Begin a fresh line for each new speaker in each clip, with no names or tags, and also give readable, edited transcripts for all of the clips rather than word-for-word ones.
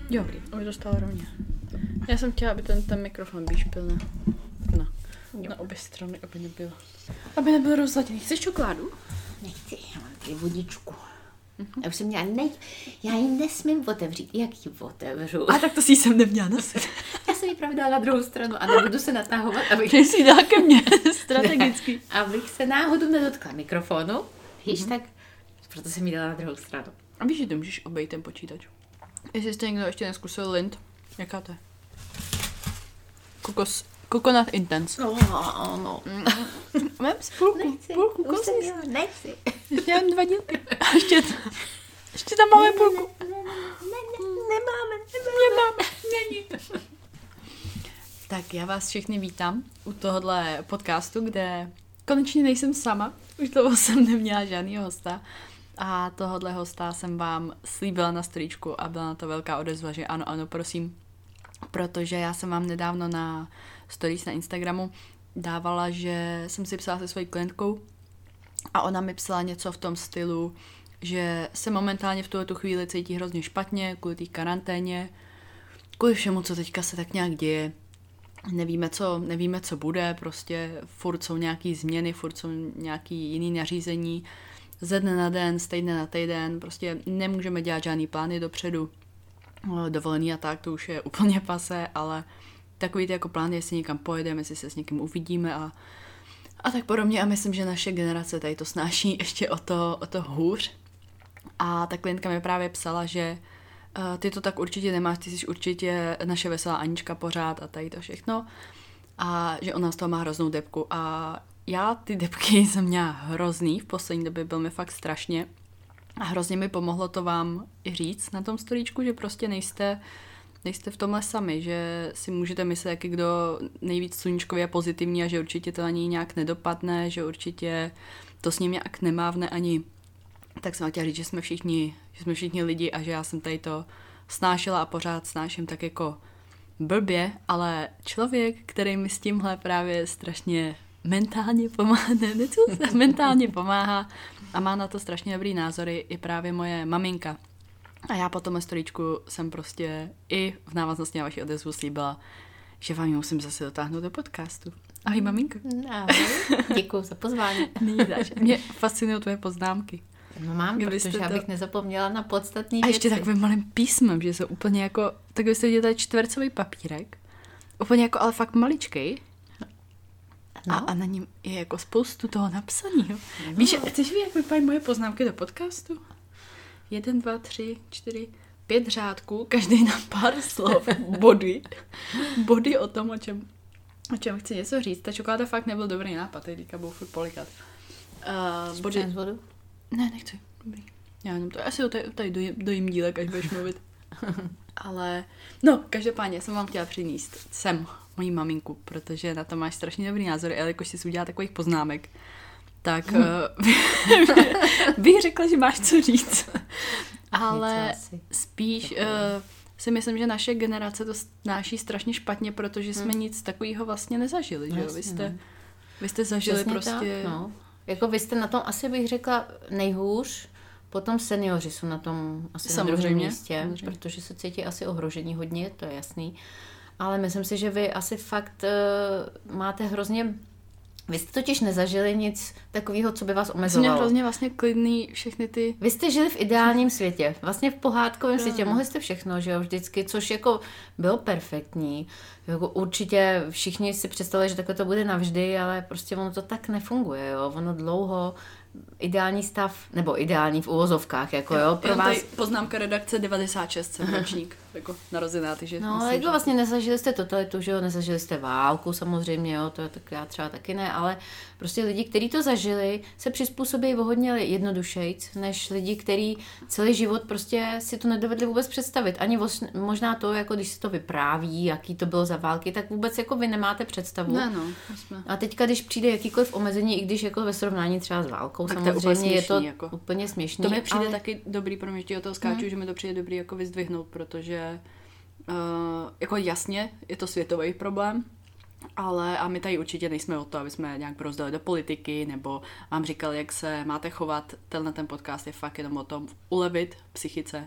Jo, už dostala rovně. Já jsem chtěla, aby ten mikrofon blíž byl na obě strany, aby nebyl rozladěný. Chceš čokoládu?
Nechci, já mám tady vodičku. Já už jsem měla, já ji nesmím otevřít. Jak ji otevřu?
A tak to si jsem neměla nosit.
Já jsem ji právě dala na druhou stranu a nebudu se natahovat, abych...
Ty jsi dala ke mně, strategicky.
Ne, abych se náhodou nedotkla mikrofonu. Víš, tak proto jsem ji dala na druhou stranu.
A víš, že ty můžeš obejít ten počítač. Jestli jste někdo ještě neskusil Lindt, jaká to je? Coconut Intense.
No.
Mám půlku kosmíš.
Nechci.
Ještě mám 2 dílky. A ještě tam máme půlku.
Nemáme.
Není. Tak já vás všechny vítám u tohohle podcastu, kde konečně nejsem sama. Už dlouho jsem neměla žádnýho hosta. A tohohle hosta jsem vám slíbila na storíčku a byla na to velká odezva, že ano, prosím. Protože já jsem vám nedávno na stories na Instagramu dávala, že jsem si psala se svojí klientkou a ona mi psala něco v tom stylu, že se momentálně v tuhletu chvíli cítí hrozně špatně kvůli té karanténě, kvůli všemu, co teďka se tak nějak děje. Nevíme, co bude, prostě furt jsou nějaký změny, furt jsou nějaký jiný nařízení, ze dne na den, z týdne na týden, prostě nemůžeme dělat žádný plány dopředu, dovolený a tak, to už je úplně pasé, ale takový ty jako plány, jestli někam pojedeme, jestli se s někým uvidíme a tak podobně a myslím, že naše generace tady to snáší ještě o to hůř. A ta klientka mi právě psala, že ty to tak určitě nemáš, ty jsi určitě naše veselá Anička pořád a tady to všechno a že ona z toho má hroznou depku a já ty depky jsem měla hrozný, v poslední době byl mi fakt strašně a hrozně mi pomohlo to vám i říct na tom storíčku, že prostě nejste v tomhle sami, že si můžete myslet, jak je kdo nejvíc sluníčkový a pozitivní a že určitě to ani nějak nedopadne, že určitě to s ním nějak nemávne ani. Tak jsem chtěla říct, že jsme všichni lidi a že já jsem tady to snášela a pořád snáším tak jako blbě, ale člověk, který mi s tímhle právě strašně mentálně pomáhá a má na to strašně dobrý názory, je právě moje maminka. A já po tomhle storíčku jsem prostě i v návaznosti na vaši odezvu slíbila, že vám ji musím zase dotáhnout do podcastu. Ahoj, maminko.
Ahoj, děkuju za pozvání.
Mě fascinují tvoje poznámky.
No mám, protože abych nezapomněla na podstatný
věci. A ještě takovým malým písmem, že jsou úplně jako, tak byste viděli tady čtvercový papírek, úplně jako, ale fakt maličkej. No. A na něm je jako spoustu toho napsaného. No. Víš, chceš vidět, jak vypadají moje poznámky do podcastu? 1, 2, 3, 4, 5 řádků, každý na pár slov, body o tom, o čem chci něco říct. Ta čokoláda fakt nebyl dobrý nápad, teďka budu furt polikat.
Body. Vodu?
Ne, nechci, dobrý. Já jenom to, asi tady dojím dílek, až budeš mluvit. Ale, no, každopádně jsem vám chtěla přinést sem moji maminku, protože na to máš strašně dobrý názor, ale jakož jsi udělala takových poznámek, tak bych řekla, že máš co říct. Ale spíš si myslím, že naše generace to snáší strašně špatně, protože jsme nic takového vlastně nezažili, že jo? Vy jste zažili přesně prostě...
Tak, no. Jako vy jste na tom asi bych řekla nejhůř, potom seniori jsou na tom asi na druhém místě, protože se cítí asi ohrožení hodně, to je jasný. Ale myslím si, že vy asi fakt máte hrozně... Vy jste totiž nezažili nic takového, co by vás omezovalo.
Jsem hrozně vlastně klidný všechny ty...
Vy jste žili v ideálním světě, vlastně v pohádkovém světě, mohli jste všechno, že jo, vždycky, což jako bylo perfektní. Jako určitě všichni si představili, že takhle to bude navždy, ale prostě ono to tak nefunguje, jo, ono dlouho... Ideální stav, nebo ideální v uvozovkách, jako jo, pro vás...
Poznámka redakce 96, jsem ročník, jako narozená, takže...
No, ale jako vlastně nezažili jste totalitu, že jo, nezažili jste válku samozřejmě, jo, to je tak já třeba taky ne, ale prostě lidi, kteří to zažili, se přizpůsobí o hodně jednodušejc, než lidi, kteří celý život prostě si to nedovedli vůbec představit. Ani možná to, jako když se to vypráví, jaký to bylo za války, tak vůbec jako vy nemáte představu.
Ne, no,
a teďka, když přijde jakýkoliv omezení, i když jako ve srovnání třeba s válkou, samozřejmě je to jako, úplně směšný.
To mi přijde taky dobrý, pro mě ještě o toho skáču, že mi to přijde dobrý jako vyzdvihnout, protože jako jasně je to světový problém, ale a my tady určitě nejsme o to, aby jsme nějak rozdali do politiky, nebo vám říkali, jak se máte chovat. Ten podcast je fakt jenom o tom ulevit psychice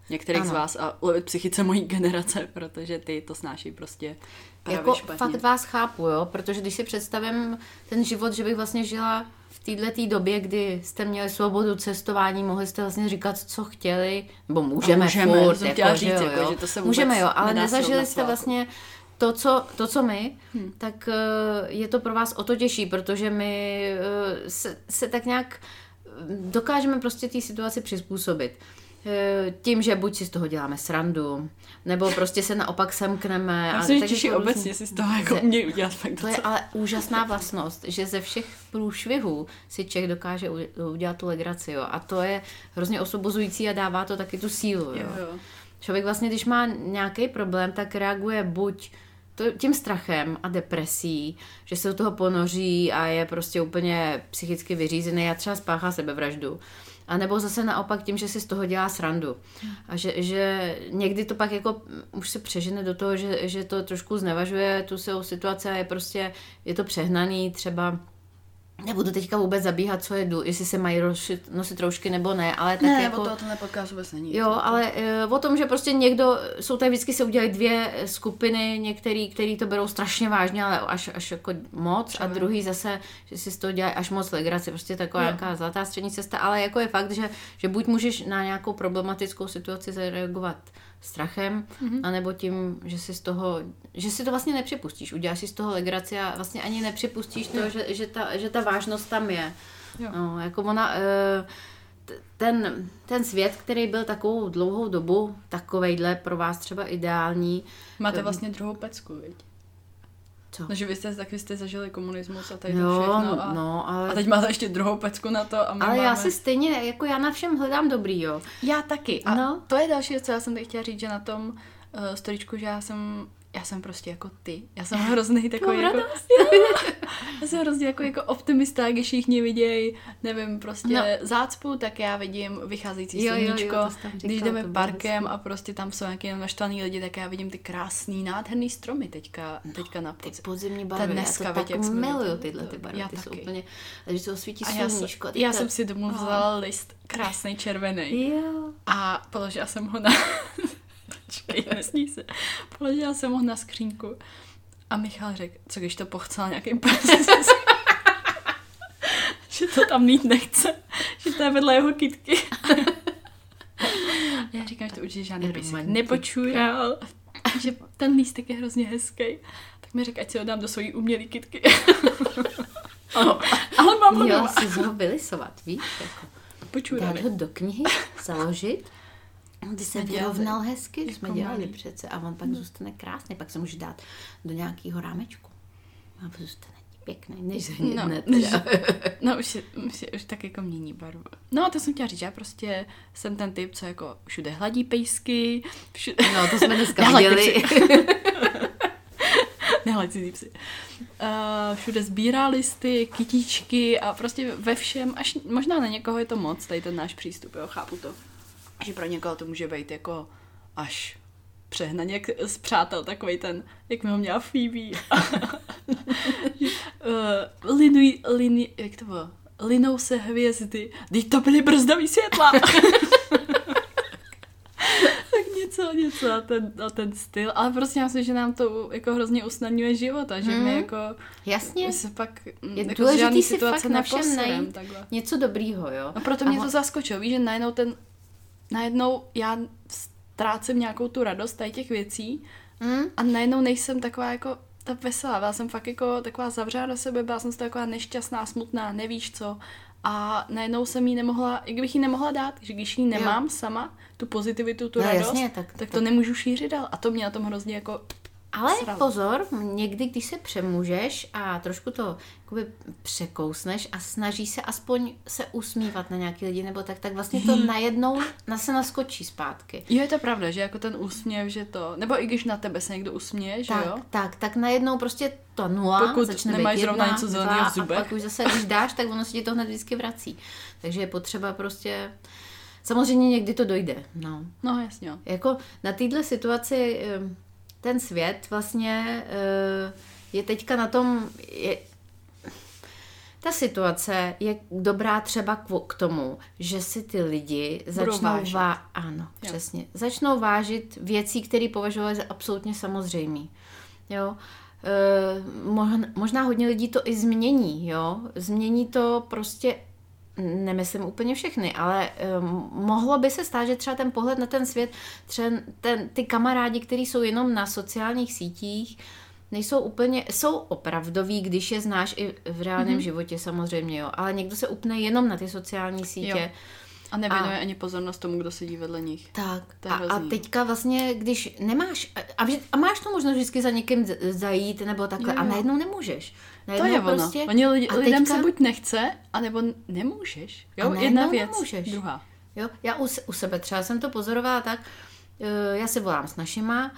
některých z vás a ulevit psychice mojí generace, protože ty to snáší prostě
jako
špatně.
fakt vás chápu, jo, protože když si představím ten život, že bych vlastně žila v této době, kdy jste měli svobodu cestování, mohli jste vlastně říkat, co chtěli, nebo můžeme furt, jako, říct, jo. Že to se můžeme, jo, ale nezažili jste vlastně to, co my, tak je to pro vás o to těžší, protože my se tak nějak dokážeme prostě té situaci přizpůsobit. Tím, že buď si z toho děláme srandu, nebo prostě se naopak semkneme.
Já jsem těší obecně si z toho jako umějí udělat fakt.
To je ale úžasná vlastnost, že ze všech průšvihů si Čech dokáže udělat tu legraci, jo. A to je hrozně osvobozující a dává to taky tu sílu, jo. Člověk vlastně, když má nějaký problém, tak reaguje buď tím strachem a depresí, že se do toho ponoří a je prostě úplně psychicky vyřízený a třeba spáchá sebevraždu. A nebo zase naopak tím, že si z toho dělá srandu. A že někdy to pak jako už se přežene do toho, že to trošku znevažuje tu svou situaci a je to přehnaný, třeba nebudu teďka vůbec zabíhat, co je jestli se mají nosit roušky nebo ne, ale tak
ne,
jako...
Ne, o tenhle podcast vůbec není.
Jo, ale o tom, že prostě někdo, jsou tady vždycky se udělají dvě skupiny, který to berou strašně vážně, ale až jako moc třeba. A druhý zase, že si z toho dělají až moc legraci, prostě taková nějaká zlatá střední cesta, ale jako je fakt, že buď můžeš na nějakou problematickou situaci zareagovat strachem, anebo tím, že si to vlastně nepřipustíš. Uděláš si z toho legraci a vlastně ani nepřipustíš to, že ta vážnost tam je. No, jako ona, ten svět, který byl takovou dlouhou dobu, takovejhle pro vás třeba ideální.
Máte vlastně druhou pecku, viď?
Co?
No, že vy jste zažili komunismus a tady to všechno a teď máte ještě druhou pecku na to a my
ale
máme...
já si stejně, jako já na všem hledám dobrý, jo.
Já taky. A to je další věc, co já jsem teď chtěla říct, že na tom storičku, že já jsem prostě jako ty. Já jsem hrozný takový jako... Já jsem hrozně jako optimista, když všichni vidějí, nevím, prostě zácpu, tak já vidím vycházející sluníčko. Když jdeme parkem a prostě tam jsou nějaký naštvaný lidi, tak já vidím ty krásný, nádherný stromy teďka na podzim.
Ty podzimní barvy, dneska, já to tak miluju tyhle ty barvy, ty jsou úplně, že to osvítí sluníčko.
Já jsem si domů vzala list krásný červený a položila jsem ho na... Počkej, nesmí se. Položila jsem ho na skřínku a Michal řekl, co když to pochcela nějakým pes, že to tam mít nechce, že to je vedle jeho kytky. Já říkám, že to určitě žádný pejsek nepočujal, že ten lístek je hrozně hezký. Tak mi řekl, ať si ho dám do svojí umělý kytky. Ale mám ho doma.
Si ho vylisovat, víš? Jako. Dát ho do knihy, založit. Ty se vyrovnal hezky, jsme dělali přece a on pak zůstane krásný, pak se může dát do nějakého rámečku. A zůstane pěkný, než zhnědne.
Už tak jako mění barvu. No, to jsem chtěla říct, já prostě jsem ten typ, co jako všude hladí pejsky.
No, to jsme dneska viděli.
Nehled si psy. Všude sbírá listy, kytičky a prostě ve všem, až možná na někoho je to moc, tady ten náš přístup, jo, chápu to. Že pro někoho to může být jako až přehnaně, jak z přátel takovej ten, jak mi ho měla Phoebe. Jak to bylo? Linou se hvězdy, teď to byly brzdový světla. Tak něco a ten styl, ale prostě já myslím, že nám to jako hrozně usnadňuje život a že my jako...
Jasně.
Se pak
je jako důležitý si fakt na všem najít takhle. Něco dobrýho, jo.
A proto mě to zaskočilo, víš, že najednou já ztrácím nějakou tu radost tady těch věcí a najednou nejsem taková jako ta veselá. Byla jsem fakt jako taková zavřená do sebe, byla jsem taková nešťastná, smutná, nevíš co. A najednou jsem jí nemohla, jak bych jí nemohla dát, že když jí nemám sama, tu pozitivitu, tu radost,
jasně,
tak to nemůžu šířit dál. A to mě na tom hrozně jako...
Ale pozor, někdy, když se přemůžeš a trošku to jakoby překousneš a snažíš se aspoň se usmívat na nějaký lidi, nebo tak vlastně to najednou se naskočí zpátky.
Jo, je to pravda, že jako ten úsměv, že to, nebo i když na tebe se někdo usměje, že jo?
Tak najednou prostě to nula
pokud
začne
nemáš
být
zrovna něco zeleného v zubech.
A pak už zase, když dáš, tak ono se ti to hned vždycky vrací. Takže je potřeba prostě... Samozřejmě někdy to dojde, no.
No, jasně.
Jako na této situaci... Ten svět vlastně je teďka na tom, ta situace je dobrá třeba k tomu, že si ty lidi začnou ano, přesně. Začnou vážit věcí, které považovali za absolutně samozřejmý. Jo? Možná hodně lidí to i změní, jo? Změní to prostě, nemyslím úplně všechny, ale mohlo by se stát, že třeba ten pohled na ten svět, třeba ty kamarádi, kteří jsou jenom na sociálních sítích, nejsou úplně, jsou opravdoví, když je znáš i v reálném životě samozřejmě, jo, ale někdo se upne jenom na ty sociální sítě. Jo.
A nevěnuje ani pozornost tomu, kdo sedí vedle nich.
Tak. A teďka vlastně, když nemáš, a máš tu možnost vždycky za někým zajít, nebo takhle, a najednou nemůžeš.
Najednou to je ono. Prostě, lidem se buď nechce, anebo nemůžeš. Jo? Jedna věc, nemůžeš. Druhá.
Jo? Já u sebe třeba jsem to pozorovala tak, já se volám s našima,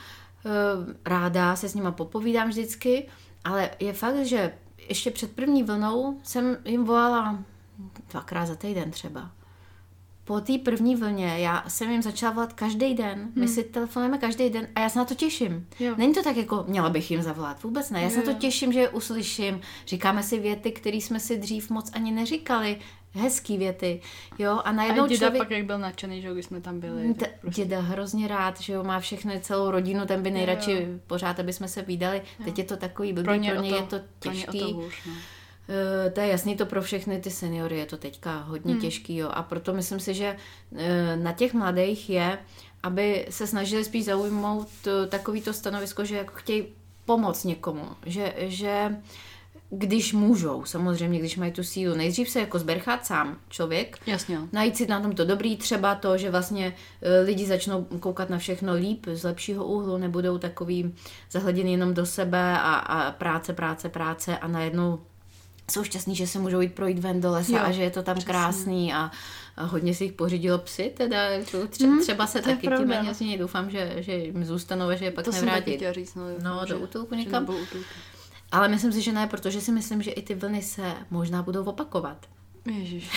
ráda se s nima popovídám vždycky, ale je fakt, že ještě před první vlnou jsem jim volala 2krát za týden třeba. Po té první vlně já jsem jim začala volat každý den. My si telefonujeme každý den a já se na to těším. Jo. Není to tak, jako měla bych jim zavolat. Vůbec ne. Já se na to těším, že je uslyším. Říkáme si věty, které jsme si dřív moc ani neříkali. Hezký věty. Jo? A najednou
děda člověk... pak jak byl nadšený, že když jsme tam byli.
Prostě... Děda hrozně rád, že jo, má všechny, celou rodinu, ten by nejradši pořád, aby jsme se vídali. Teď je to takový blbý, pro něj je to těžký. To je jasný, to pro všechny ty seniory je to teďka hodně těžký, jo. A proto myslím si, že na těch mladých je, aby se snažili spíš zaujmout takovýto stanovisko, že jako chtějí pomoct někomu, že když můžou, samozřejmě, když mají tu sílu, nejdřív se jako zberchat sám člověk,
jasně,
najít si na tom to dobrý, třeba to, že vlastně lidi začnou koukat na všechno líp, z lepšího úhlu, nebudou takový zahleděni jenom do sebe a práce a najednou jsou šťastní, že se můžou jít projít ven do lesa a že je to tam přesně. Krásný a hodně si jich pořídilo psy, teda třeba se taky tím méně změní. Doufám, že jim zůstanou, že je pak nevrátí.
No,
do útulku někam. Ale myslím si, že ne, protože si myslím, že i ty vlny se možná budou opakovat.
Ježiš.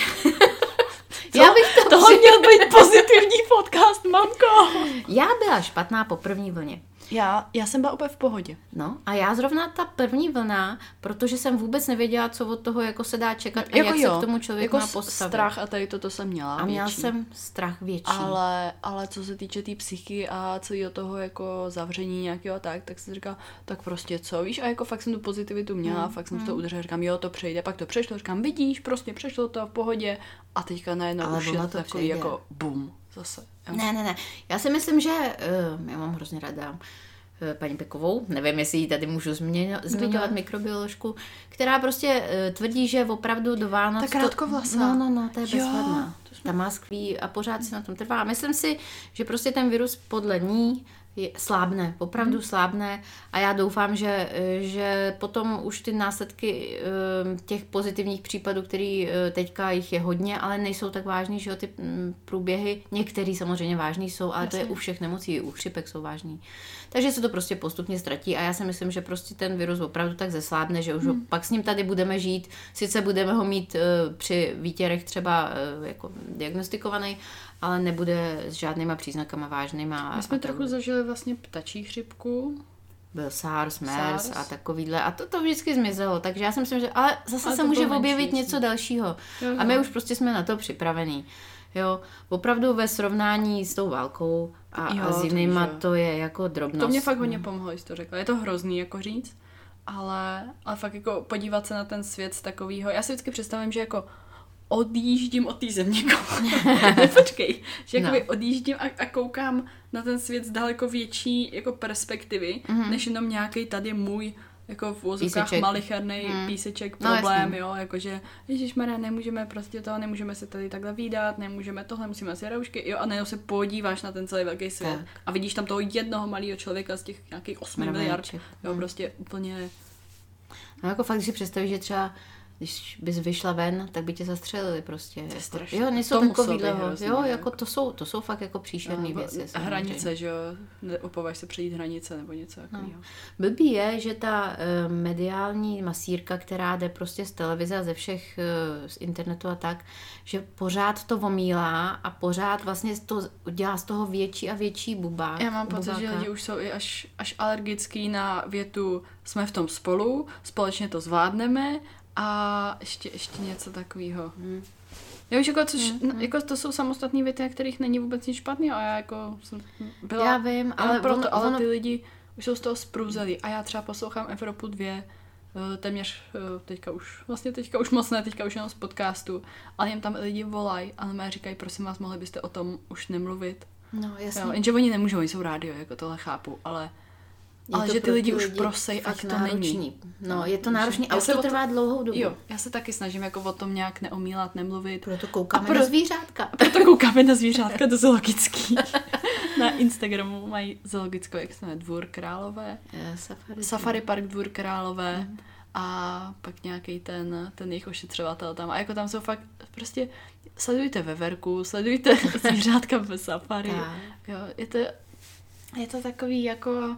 Tohle měl být pozitivní podcast, mamko.
Já byla špatná po první vlně.
Já jsem byla úplně v pohodě.
No a já zrovna ta první vlna, protože jsem vůbec nevěděla, co od toho jako se dá čekat a jak se k tomu člověk
jako
má postavit.
Strach a tady toto jsem měla
a měla jsem strach větší.
Ale co se týče té psychiky a celého toho jako zavření nějakého tak jsem říkala, tak prostě co, víš, a jako fakt jsem tu pozitivitu měla, fakt jsem to udržela, říkám, jo, to přejde, pak to přešlo, říkám, vidíš, prostě přešlo to v pohodě a teďka najednou už je to takový jako bum, zase.
Ne, já si myslím, že já mám hrozně ráda paní Pekovou, nevím, jestli ji tady můžu zmiňovat mikrobioložku, která prostě tvrdí, že opravdu do Vánoc...
Ta krátkovlasá.
No, to je bezvadná. Ta má skvělý a pořád si na tom trvá. Myslím si, že prostě ten virus podle ní slábne, opravdu slábne a já doufám, že potom už ty následky těch pozitivních případů, který teďka jich je hodně, ale nejsou tak vážný, že ty průběhy, některý samozřejmě vážný jsou, ale to je u všech nemocí, u chřipek jsou vážný. Takže se to prostě postupně ztratí a já si myslím, že prostě ten virus opravdu tak zeslábne, že už pak s ním tady budeme žít, sice budeme ho mít při výtěrech třeba jako diagnostikovaný, ale nebude s žádnýma příznakama vážnýma.
My jsme trochu zažili vlastně ptačí chřipku.
Byl SARS, MERS a takovýhle. A to vždycky zmizelo. Takže já si myslím, že ale zase se může objevit něco dalšího. Jo. A my už prostě jsme na to připravení. Jo, opravdu ve srovnání s tou válkou a s jinýma to je jako drobnost.
To mě fakt hodně pomohlo, jsi to řekla. Je to hrozný jako říct, ale fakt jako podívat se na ten svět z takovýho. Já si vždycky představím, že jako odjíždím od té země. Počkej, že jakoby odjíždím a koukám na ten svět z daleko větší jako perspektivy, než jenom nějaký tady můj jako v úzovkách malichernej píseček problém, jo, jakože ježišmarja, nemůžeme prostě toho, nemůžeme se tady takhle vídat, nemůžeme tohle, musíme si roušky, jo, a najednou se podíváš na ten celý velký svět a vidíš tam toho jednoho malého člověka z těch nějakých 8 miliard, jo, prostě úplně.
No jako fakt, když si představíš, že třeba když bys vyšla ven, tak by tě zastřelili prostě.
Strašně.
Jo, nejsou takovýhleho. Jo, jako to jsou fakt jako příšerný věci.
Hranice, že jo, opováž se přejít hranice nebo něco takového.
Blbý je, že ta mediální masírka, která jde prostě z televize a ze všech, z internetu a tak, že pořád to omílá a pořád vlastně to dělá z toho větší a větší bubák.
Já mám pocit, že lidi už jsou i až alergický na větu jsme v tom spolu, společně to zvládneme a ještě něco takového. Já víš, jako to jsou samostatné věty, na kterých není vůbec nic špatného a já jako jsem byla...
Já vím, ale
ty lidi už jsou z toho sprůzelí a já třeba poslouchám Evropu 2, téměř teďka už moc ne, teďka už jenom z podcastu, ale jim tam lidi volají a mě říkají, prosím vás, mohli byste o tom už nemluvit.
No, jasně.
Jo, jenže oni nemůžou, oni jsou rádio, jako tohle chápu, ale že ty lidi už prosej, ať to není.
No, je to náročný a už to trvá dlouhou dobu.
Jo, já se taky snažím jako o tom nějak neomílat, nemluvit.
Proto koukáme na zvířátka.
Proto koukáme na zvířátka, to zoologický. Na Instagramu mají zoologickou, jak se jmenuje, Dvůr Králové. Safari Park Dvůr Králové. A pak nějaký ten jejich ošetřovatel tam. A jako tam jsou fakt, prostě sledujte veverku, sledujte zvířátka ve safari. Jo, je to takový jako...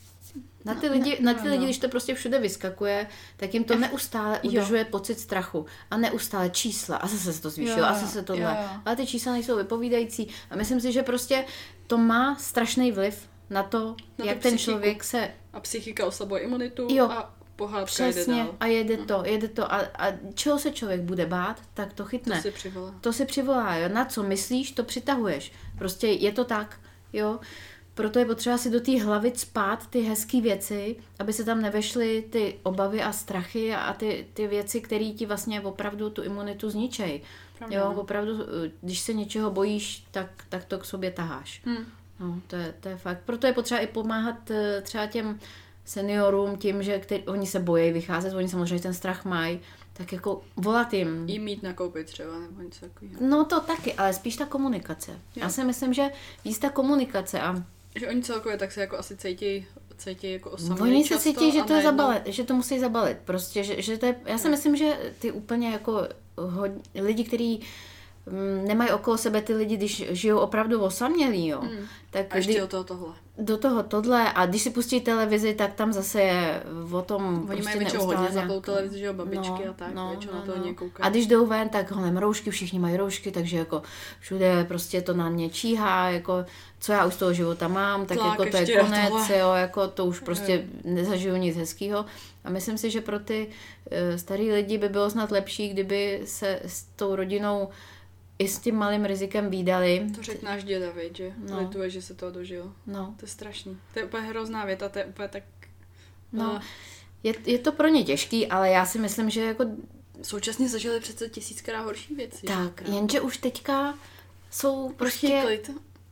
Na ty lidi, když to prostě všude vyskakuje, tak jim to neustále udržuje pocit strachu. A neustále čísla. A zase se to zvýšilo, a zase tohle. Ale ty čísla nejsou vypovídající. A myslím si, že prostě to má strašný vliv na to, jak ten člověk se...
A psychika oslabuje imunitu a pohádka
přesně,
jede dál.
A jede to. A čeho se člověk bude bát, tak to chytne. To si přivolá. Jo? Na co myslíš, to přitahuješ. Prostě je to tak. Jo? Proto je potřeba si do té hlavy cpát ty hezký věci, aby se tam nevešly ty obavy a strachy a ty věci, které ti vlastně opravdu tu imunitu zničej. Jo, opravdu, když se něčeho bojíš, tak to k sobě taháš. No, to je fakt. Proto je potřeba i pomáhat třeba těm seniorům tím, že oni se bojí vycházet, oni samozřejmě ten strach mají, tak jako volat jim.
Jim mít nakoupit třeba, nebo něco takového.
No to taky, ale spíš ta komunikace. Jo. Já si myslím, že víc ta komunikace a
že oni celkově tak se jako asi cítí jako osamělí.
Oni se cítí, že to je zabalit, že to musí zabalit. Prostě, že to je, já si myslím, že ty úplně jako lidi, kteří nemají okolo sebe ty lidi, když žijou opravdu osamělí, jo. Tak
a ještě do toho
tohle a když si pustí televizi, tak tam zase je o tom
oni
prostě
mají většinou hodně zapou televizi, že jo, babičky a tak, většinou na toho někoukají.
A když jdou ven, tak holem roušky, všichni mají roušky, takže jako všude prostě to na mě číhá, jako co já už z toho života mám, tak tlak, jako to je konec, jo, jako to už prostě nezažiju nic hezkýho. A myslím si, že pro ty starý lidi by bylo snad lepší, kdyby se s tou rodinou i s tím malým rizikem vídali.
To řekl náš děda, že? Lituje, že se toho dožil.
No.
To je strašný. To je úplně hrozná věta, to je úplně tak...
No, je to pro ně těžký, ale já si myslím, že jako...
Současně zažili přece 1000krát horší věci.
Tak, jenže už teďka jsou prostě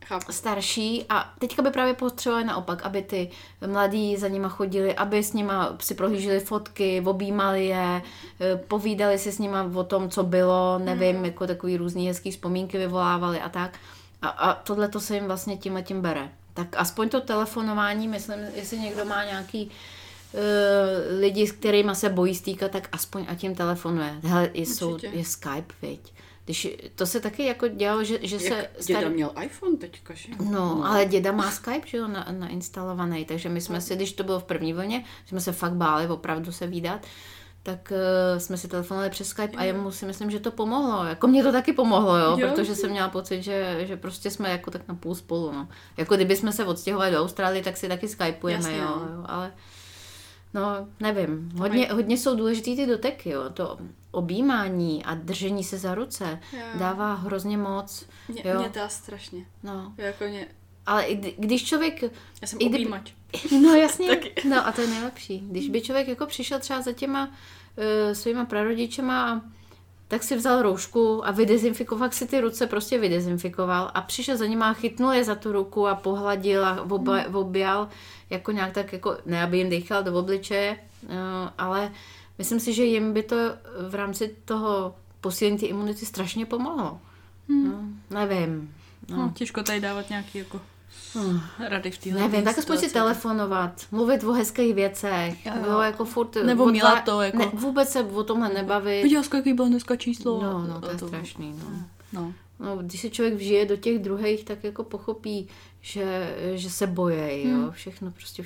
starší a teďka by právě potřebovali naopak, aby ty mladí za nima chodili, aby s nima si prohlíželi fotky, objímali je, povídali si s nima o tom, co bylo, nevím, jako takový různý hezký vzpomínky vyvolávali a tak. A tohle to se jim vlastně tím bere. Tak aspoň to telefonování, myslím, jestli někdo má nějaký lidi, s kterými se bojí stýkat, tak aspoň a tím telefonuje. Hele, je Skype, viď? Když to se taky jako dělalo, že se...
Děda měl iPhone teďka, že?
No, ale děda má Skype, že jo, nainstalovaný, takže my jsme si, když to bylo v první vlně, jsme se fakt báli opravdu se vídat, tak jsme si telefonovali přes Skype a jemu si myslím, že to pomohlo. Jako mě to taky pomohlo, jo, protože jsem měla pocit, že prostě jsme jako tak na půl spolu, no. Jako kdyby jsme se odstěhovali do Austrálie, tak si taky skypujeme, jo, ale... No, nevím. Hodně jsou důležitý ty doteky, jo. To objímání a držení se za ruce dává hrozně moc.
Mě dá strašně.
No.
Jako
ale když člověk...
Já jsem objímač.
No jasně. No a to je nejlepší. Když by člověk jako přišel třeba za těma svýma prarodičema, tak si vzal roušku a vydezinfikoval si ty ruce, prostě vydezinfikoval a přišel za nima a chytnul je za tu ruku a pohladil a objal jako nějak tak, jako, ne aby jim dýchal do obličeje, ale myslím si, že jim by to v rámci toho posílení té imunity strašně pomohlo. No, nevím.
No, těžko tady dávat nějaký jako rady v téhle
nevím, tak aspoň si telefonovat, mluvit o hezkých věcech, jo, jako furt...
Nebo mílat to, jako...
Ne, vůbec se o tomhle nebavit.
Viděl jsi, jaký bylo dneska číslo?
No, to je strašný, no. Když se člověk vžije do těch druhých, tak jako pochopí, že se bojí, jo, všechno, prostě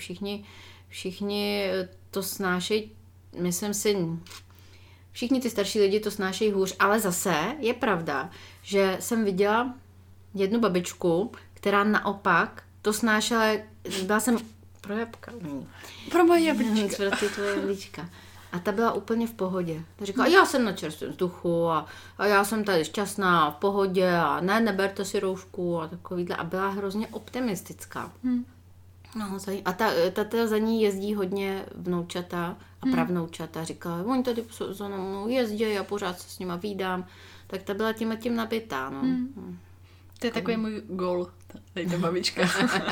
všichni to snášejí, myslím si, všichni ty starší lidi to snášejí hůř, ale zase je pravda, že jsem viděla jednu babičku, která naopak to snášela, byla jsem pro jabka.
Pro moje jablíčka.
Pro ty tvoje jablíčka. A ta byla úplně v pohodě. Ta říkala, já jsem na čerstvém vzduchu a já jsem tady šťastná, v pohodě a neberte si roušku a takovýhle. A byla hrozně optimistická. No, a ta za ní jezdí hodně vnoučata a pravnoučata. Říkala, oni tady za mnou jezdí a pořád se s nima vídám. Tak ta byla tím nabitá. No.
To je takový můj gól, tady ta babička.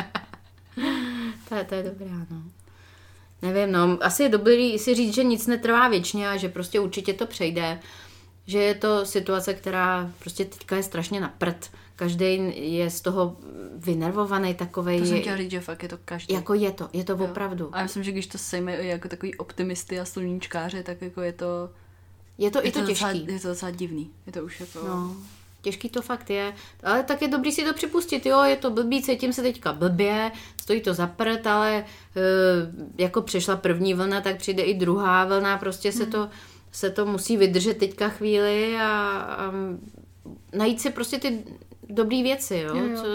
To je dobrá, no. Nevím, no, asi je dobrý si říct, že nic netrvá věčně a že prostě určitě to přejde. Že je to situace, která prostě teďka je strašně na prd. Každý je z toho vynervovaný takovej.
To jsem chtěla říct, že fakt je to každý.
Jako je to opravdu.
A já myslím, že když to sejme jako takový optimisty a sluníčkáře, tak jako je to...
Je to těžký.
Je to docela divný. Je to už jako...
No, těžký to fakt je. Ale tak je dobrý si to připustit, jo, je to blbý, cítím se teďka blbě, stojí to za prd, ale jako přešla první vlna, tak přijde i druhá vlna, prostě se to musí vydržet teďka chvíli a najít si prostě ty dobrý věci, jo.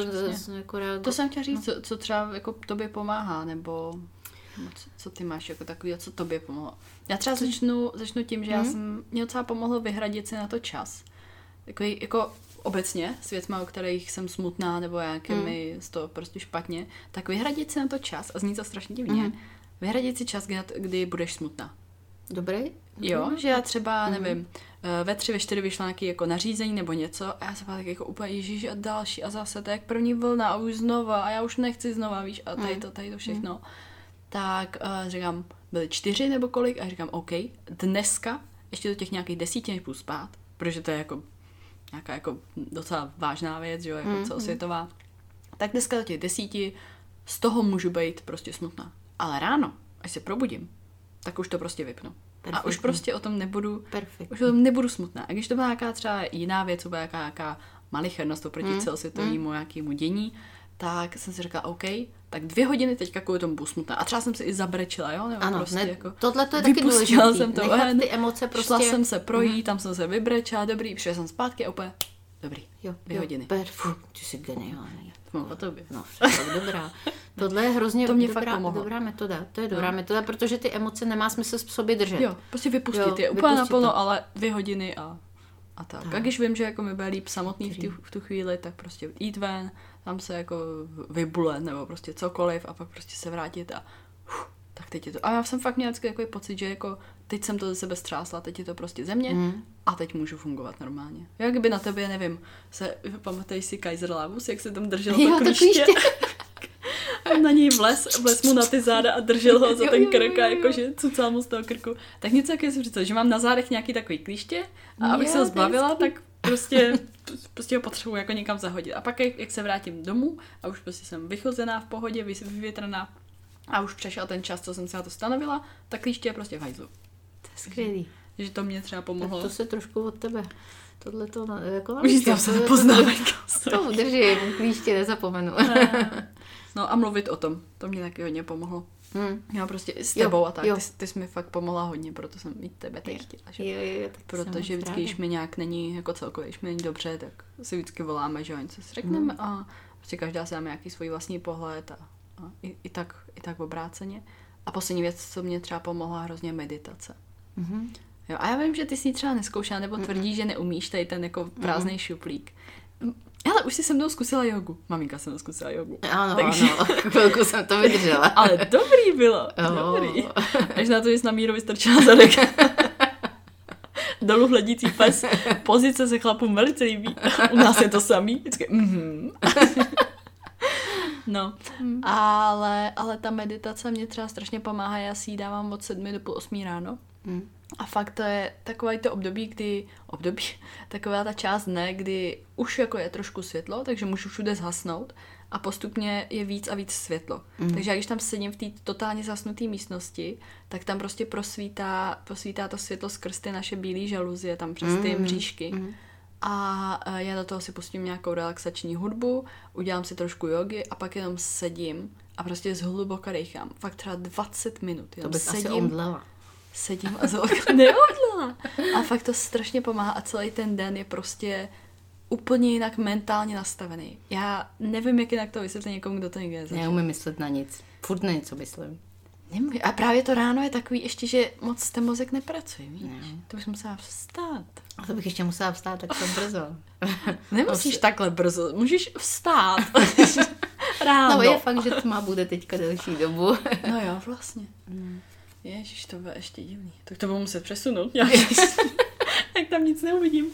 To jsem chtěla říct, co třeba jako tobě pomáhá, nebo co ty máš jako takový, co tobě pomohlo. Já třeba začnu tím, že mě docela pomohlo vyhradit si na to čas. Takový, jako obecně s věcma, o kterých jsem smutná, nebo jak je mi z toho prostě špatně, tak vyhradit si na to čas, a zní to strašně divně, vyhradit si čas, kdy budeš smutná.
Dobrý?
Jo, že já třeba, nevím, ve 3, ve 4 vyšla nějaký jako nařízení nebo něco a já se byla tak jako úplně ježiš a další a zase to je jak první vlna a už znova a já už nechci znova, víš, a tady to všechno. Tak říkám, byly 4 nebo kolik a říkám, OK, dneska ještě do těch nějakých 10 než půjdu spát, protože to je jako nějaká jako docela vážná věc, že jo, jako celosvětová. Tak dneska do těch 10 z toho můžu být prostě smutná. Ale ráno, až se probudím, tak už to prostě vypnu. Perfektní. A už prostě o tom nebudu smutná. A když to byla nějaká třeba jiná věc, byla nějaká malichernost oproti celosvětovému nějakému dění, tak jsem si řekla, OK, tak 2 hodiny teďka kvůli tomu budu smutná. A třeba jsem si i zabrečila, jo? Nebo
ano,
prostě jako
tohle to je taky důležitý.
Jsem to
nechat ty emoce prostě...
Šla jsem se projít, tam jsem se vybrečela, dobrý, přišla jsem zpátky a úplně dobrý. 2 hodiny.
Ty jsi geniální.
O tobě.
No, fakt dobrá. Tohle je hrozně dobrá metoda. To je dobrá metoda, protože ty emoce nemá smysl v sobě držet.
Jo, prostě vypustit je úplně naplno, ale 2 hodiny a tak. A když vím, že jako mi bude líp samotný v tu chvíli, tak prostě jít ven, tam se jako vybulet nebo prostě cokoliv a pak prostě se vrátit a tak teď je to. A já jsem fakt měla vždycky takový pocit, že jako teď jsem to ze sebe střásla, teď je to prostě ze mě a teď můžu fungovat normálně. Jak kdyby na tebe, nevím, pamatuješ si Kaiserlaubus, jak se tam drželo to klíště? On na něj vles mu na ty záda a držel ho za ten krk a jakože cucal mu z toho krku. Tak něco jak jsem představila, že mám na zádech nějaký takový klíště a abych se ho zbavila, tak prostě ho potřebuji jako někam zahodit. A pak jak se vrátím domů a už prostě jsem vychozená v pohodě, vyvětraná a už přešel ten čas, co jsem si na to stanovila, tak klíště je prostě v hajzlu.
To je skvělý.
Takže to mě třeba pomohlo.
Tak to se trošku od tebe. Tohle to jako
už tam se nepoznáme.
To udržím, klíště nezapomenu.
No a mluvit o tom, to mě taky hodně pomohlo. Já prostě s tebou a tak, ty jsi mi fakt pomohla hodně, proto jsem i tebe teď chtěla.
Jo,
protože vždycky, když mi nějak není, jako celkově, když mi není dobře, tak si vždycky voláme, že něco si řekneme a prostě každá si dáme nějaký svůj vlastní pohled a i tak obráceně. A poslední věc, co mě třeba pomohla, hrozně meditace. Jo, a já vím, že ty jsi ji třeba neskoušela, nebo tvrdíš, že neumíš tady ten jako prázdnej šuplík. Ale už jsi se mnou zkusila jogu. Maminka se mnou zkusila jogu.
Ano, chvilku jsem to vydržela.
Ale dobrý bylo, dobrý. Až na to, že jsi na Míru vystrčila zadek. Dolů hledící pes. Pozice se chlapům velice líbí. U nás je to samý. Vždycky No, ale ta meditace mě třeba strašně pomáhá. Já si ji dávám od 7 do půl 8 ráno. A fakt to je takové to období, taková ta část dne, kdy už jako je trošku světlo, takže můžu všude zhasnout a postupně je víc a víc světlo. Takže já když tam sedím v té totálně zasnuté místnosti, tak tam prostě prosvítá to světlo skrz ty naše bílé žaluzie, tam přes ty mřížky. A já do toho si pustím nějakou relaxační hudbu, udělám si trošku jogy a pak jenom sedím a prostě zhluboka dechám. Fakt třeba 20 minut.
To bys asi omdlela.
Sedím a neodlela. A fakt to strašně pomáhá a celý ten den je prostě úplně jinak mentálně nastavený. Já nevím, jak jinak to vysvětlit někomu, kdo to někde nezažil.
Neumím myslet na nic. Furt na něco myslím.
A právě to ráno je takový ještě, že moc ten mozek nepracuje, víš?
Ne.
To bych musela vstát.
A to bych ještě musela vstát tak to brzo.
Nemusíš takhle brzo, můžeš vstát. Ráno.
No je fakt, že tma bude teďka delší dobu.
No jo, vlastně. Ježiš, to bude ještě divný. Tak to budu muset přesunout. Jak tam nic neuvidím.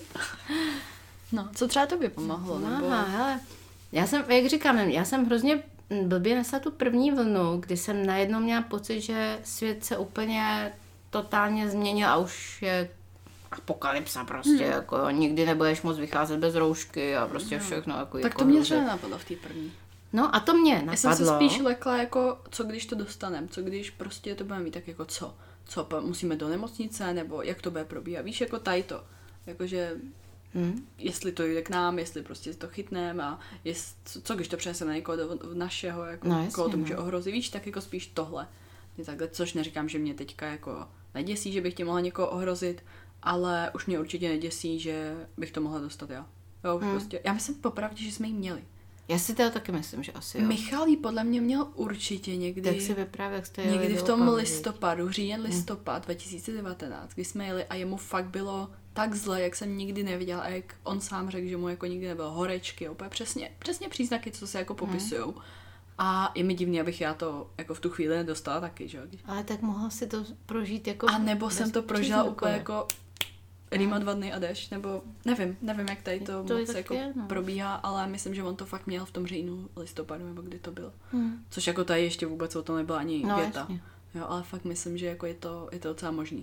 No, co třeba tobě pomohlo? Nebo...
Aha, hele. Já jsem, jak říkám, já jsem hrozně blbě nesla tu první vlnu, kdy jsem najednou měla pocit, že svět se úplně totálně změnil a už je apokalypsa prostě, jako jo, nikdy nebudeš moc vycházet bez roušky a prostě všechno jako
tak to mě třeba napadlo v té první.
No a to mě napadlo.
Já jsem se spíš lekla jako, co když to dostanem, co když prostě to budeme mít tak jako co musíme do nemocnice, nebo jak to bude probíhat, víš, jako tady to, jakože jestli to jde k nám, jestli prostě to chytneme a co když to přenese na někoho do našeho, jako
no, jasně,
koho to může ohrozit, víš, tak jako spíš tohle. Takhle, což neříkám, že mě teďka jako neděsí, že bych tě mohla někoho ohrozit, ale už mě určitě neděsí, že bych to mohla dostat já. Jo, prostě. Já myslím popravdě, že jsme ji měli.
Já si teda taky myslím, že asi jo.
Michal ji podle mě měl určitě někdy.
Tak si vyprávěl, jak jste jeli
někdy v tom listopadu, říjen listopad 2019, kdy jsme jeli a jemu fakt bylo tak zle, jak jsem nikdy neviděla a jak on sám řekl, že mu jako nikdy nebylo horečky, úplně přesně příznaky, co se jako popisujou. A je mi divný, abych já to jako v tu chvíli nedostala taky, že?
Ale tak mohla si to prožít jako...
A nebo jsem to prožila úplně jako rýma 2 dny a jdeš, nebo nevím, jak tady to moc jako probíhá, ale myslím, že on to fakt měl v tom říjnu, listopadu, nebo kdy to bylo. Což jako tady ještě vůbec o tom nebyla ani věta. Jo, ale fakt myslím, že jako je to docela možný.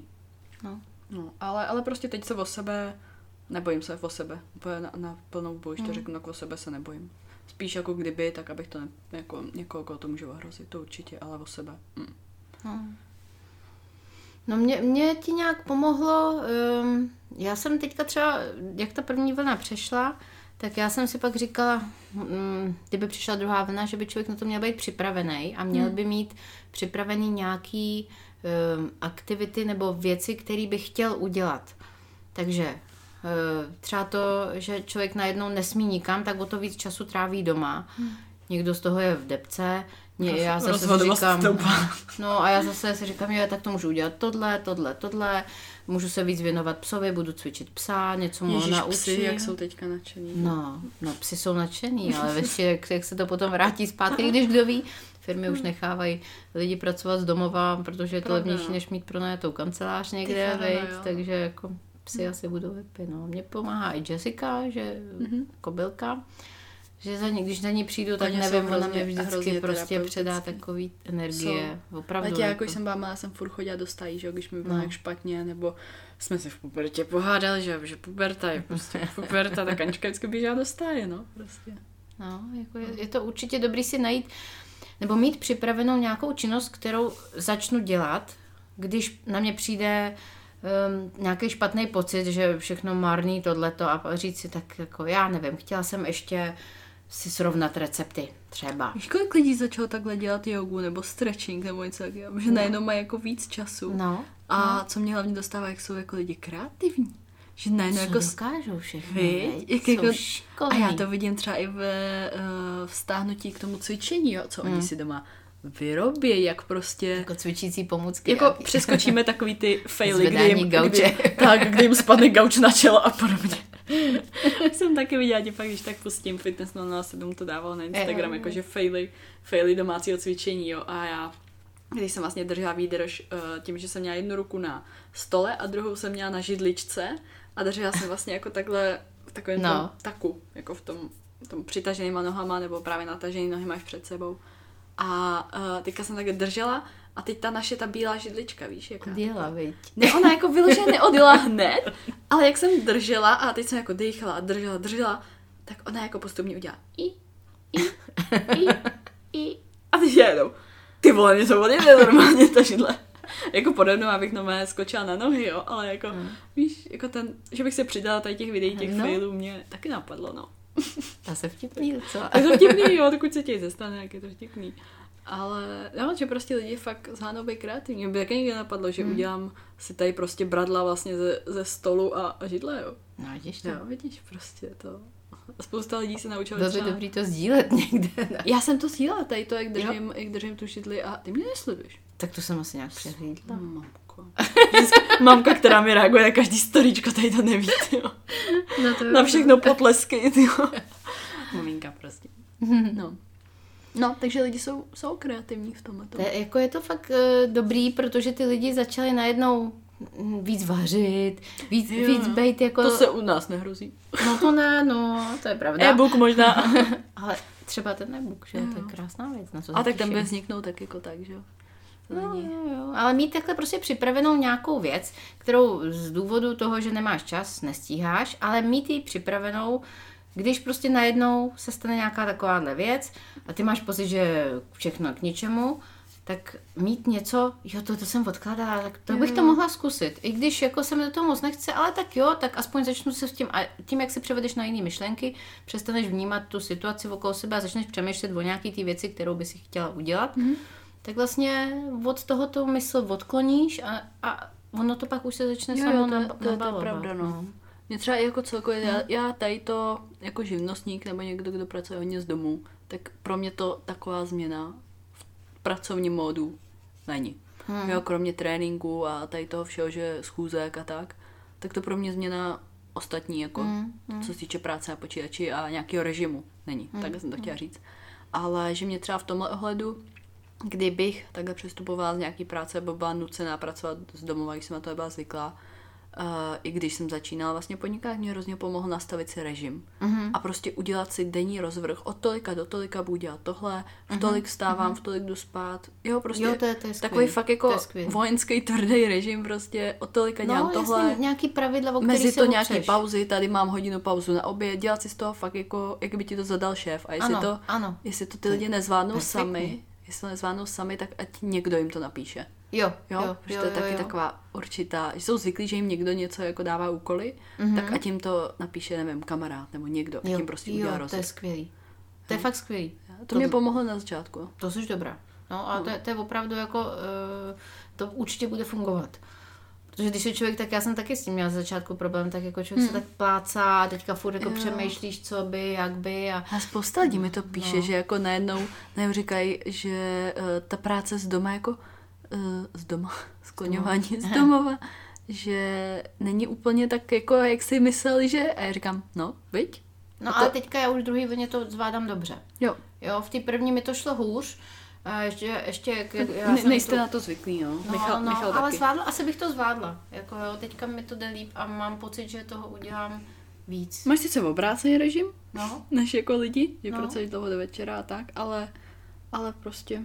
No, ale prostě teď se o sebe, nebojím se o sebe, úplně na plnou boj, to řeknu, tak o sebe se nebojím. Spíš jako kdyby, tak abych to jako někoho, koho to může ohrozit, to určitě, ale o sebe.
No mě ti nějak pomohlo, já jsem teďka třeba, jak ta první vlna přešla, tak já jsem si pak říkala, kdyby přišla druhá vlna, že by člověk na to měl být připravený a měl by mít připravený nějaký aktivity nebo věci, které by chtěl udělat. Takže třeba to, že člověk najednou nesmí nikam, tak o to víc času tráví doma. Někdo z toho je v depce, já zase si říkám, no a já zase si říkám, jo, tak to můžu udělat tohle, můžu se víc věnovat psovi, budu cvičit psa, něco mu naučit.
Psy, jak jsou teďka nadšený.
No, psi jsou nadšený, ale ještě, jak se to potom vrátí zpátky, když kdo ví, firmy už nechávají lidi pracovat z domova, protože je to levnější, než mít pronajatou kancelář někde, takže jako psi asi budou happy, no. Mně pomáhá i Jessica, že kobylka, že když na ní přijdu, tak nevím, ona mi vždycky prostě předá takový energie. Opravdu.
Ale jako jsem byla malá, jsem furt chodila do stájí, že když mi bylo nějak špatně, nebo jsme se v pubertě pohádali, že puberta je prostě puberta, tak Anička vždycky běžela do stáje, no, prostě.
No, jako je to určitě dobrý si najít, nebo mít připravenou nějakou činnost, kterou začnu dělat, když na mě přijde nějaký špatný pocit, že všechno marný tohleto a říct si tak jako, já nevím, chtěla jsem ještě si srovnat recepty třeba.
Víš, kolik lidí začalo takhle dělat jogu nebo stretching nebo něco takového, že najednou mají jako víc času. A co mě hlavně dostává, jak jsou jako lidi kreativní. Že najednou jako
dokážou všechno,
a já to vidím třeba i ve vztáhnutí k tomu cvičení, jo, co oni si doma vyrobí, jak prostě...
Jako cvičící pomůcky.
Jako přeskočíme takový ty faily, kdy jim spadne gauč na čelo a podobně. Jsem taky viděla, že pak, když tak pustím Fitness 007, to dával na Instagram, jakože faily domácího cvičení, jo, a já, když jsem vlastně držela výdrž tím, že jsem měla jednu ruku na stole a druhou jsem měla na židličce a držela jsem vlastně jako takhle v takovém tom taku, jako v tom přitaženýma nohama nebo právě natažený nohy máš před sebou. A teďka jsem takhle držela a teď ta bílá židlička, víš, jaká?
Odjela, viď?
Ne, ona jako vyloženě neodjela hned, ale jak jsem držela a teď jsem jako dýchala a držela, tak ona jako postupně udělala a teď jedou. Ty vole, mě to odjede normálně ta židle. Jako podobnou, abych skočila na nohy, jo, ale jako, víš, jako že bych se přidala tady těch videí, těch failů, mě taky napadlo, no.
A se vtipný docela.
Je to vtipný, jo, dokud se ti zestane, jak je to vtipný. Ale že prostě lidi fakt zhánou být kreativní. Mě by taky nikdy napadlo, že udělám si tady prostě bradla vlastně ze stolu a židle, jo.
No vidíš to.
Jo, vidíš prostě to. Spousta lidí se naučila
Bylo by dobrý to sdílet někde. Ne?
Já jsem to sdílela, tady to, jak držím tu židli a ty mě nesleduješ.
Tak to jsem asi nějak přehlídla.
Mamko. Mamka, která mi reaguje na každý storíčko, tady to neví, jo.
No
Na všechno potlesky, jo. Maminka prostě. No, takže lidi jsou kreativní v tomhle.
Je to fakt dobrý, protože ty lidi začali najednou víc vařit, víc bejt jako...
To se u nás nehrozí.
No to ne, to je pravda.
E-book možná.
Ale třeba ten e-book, že to je krásná věc. Na co
a tak ten bude vzniknout tak jako tak, že jo.
Jo. Ale mít takhle prostě připravenou nějakou věc, kterou z důvodu toho, že nemáš čas, nestíháš, ale mít ji připravenou, když prostě najednou se stane nějaká takováhle věc a ty máš pocit, že všechno k ničemu, tak mít něco, to jsem odkládala, tak to bych to mohla zkusit. I když jako se mi do toho moc nechce, ale tak jo, tak aspoň začnu se s tím, a tím, jak si převedeš na jiné myšlenky, přestaneš vnímat tu situaci okolo sebe a začneš přemýšlet o nějaký ty věci, kterou by si chtěla udělat, tak vlastně od toho tu mysl odkloníš a ono to pak už se začne samo nabalovat.
To je pravda, no. Mě třeba jako celkově, já tady to jako živnostník nebo někdo, kdo pracuje hodně z domu, tak pro mě to taková změna v pracovním módu není. Jo, kromě tréninku a tady toho všeho, že schůzek a tak to pro mě změna ostatní, jako co se týče práce na počítači a nějakého režimu není. Takhle jsem to chtěla říct. Ale že mě třeba v tomhle ohledu, kdybych takhle přestupovala z nějaký práce, nebo byla nucená pracovat z domova, když jsem na to nebyla zvyklá, i když jsem začínala vlastně podnikat, mě hrozně pomohlo nastavit si režim. A prostě udělat si denní rozvrh. Od tolika do tolika budu dělat tohle, v tolik vstávám, v tolik jdu spát. Jo, prostě
to je
takový fakt jako vojenský tvrdý režim, prostě od tolika dělám tohle.
Jasně, nějaký pravidla, o který
mezi
se
to nějaký pauzy, tady mám hodinu pauzu na oběd, dělat si z toho fakt jako, jak by ti to zadal šéf. A jestli to ty lidi nezvládnou sami, jestli to nezvládnou sami, tak ať někdo jim to napíše.
Jo,
protože to je taky taková určitá, že jsou zvyklí, že jim někdo něco jako dává úkoly, tak ať jim to napíše, nevím, kamarád nebo někdo, ať jim prostě udělá rozhovor.
To je skvělý. To je fakt skvělý.
To mě pomohlo na začátku.
To jsi dobrá. No a to je opravdu jako, to určitě bude fungovat. Protože když je člověk, tak já jsem taky s tím měla z začátku problém, tak jako člověk se tak plácá a teďka furt jako přemýšlíš, co by, jak by. A
spousta lidí mi to píše, že jako najednou říkají, že ta práce z doma jako skloňování z domova, že není úplně tak jako, jak si mysleli, že... A já říkám, viď?
No ale teďka já už druhý vlně to zvládám dobře.
Jo,
v té první mi to šlo hůř. A ještě
nejste na to zvyklý, no. Michal
ale
taky.
asi bych to zvládla. Jako teďka mi to jde líp a mám pocit, že toho udělám víc.
Máš sice obrácený režim, než jako lidi, že pracuješ dlouho do večera a tak, ale prostě...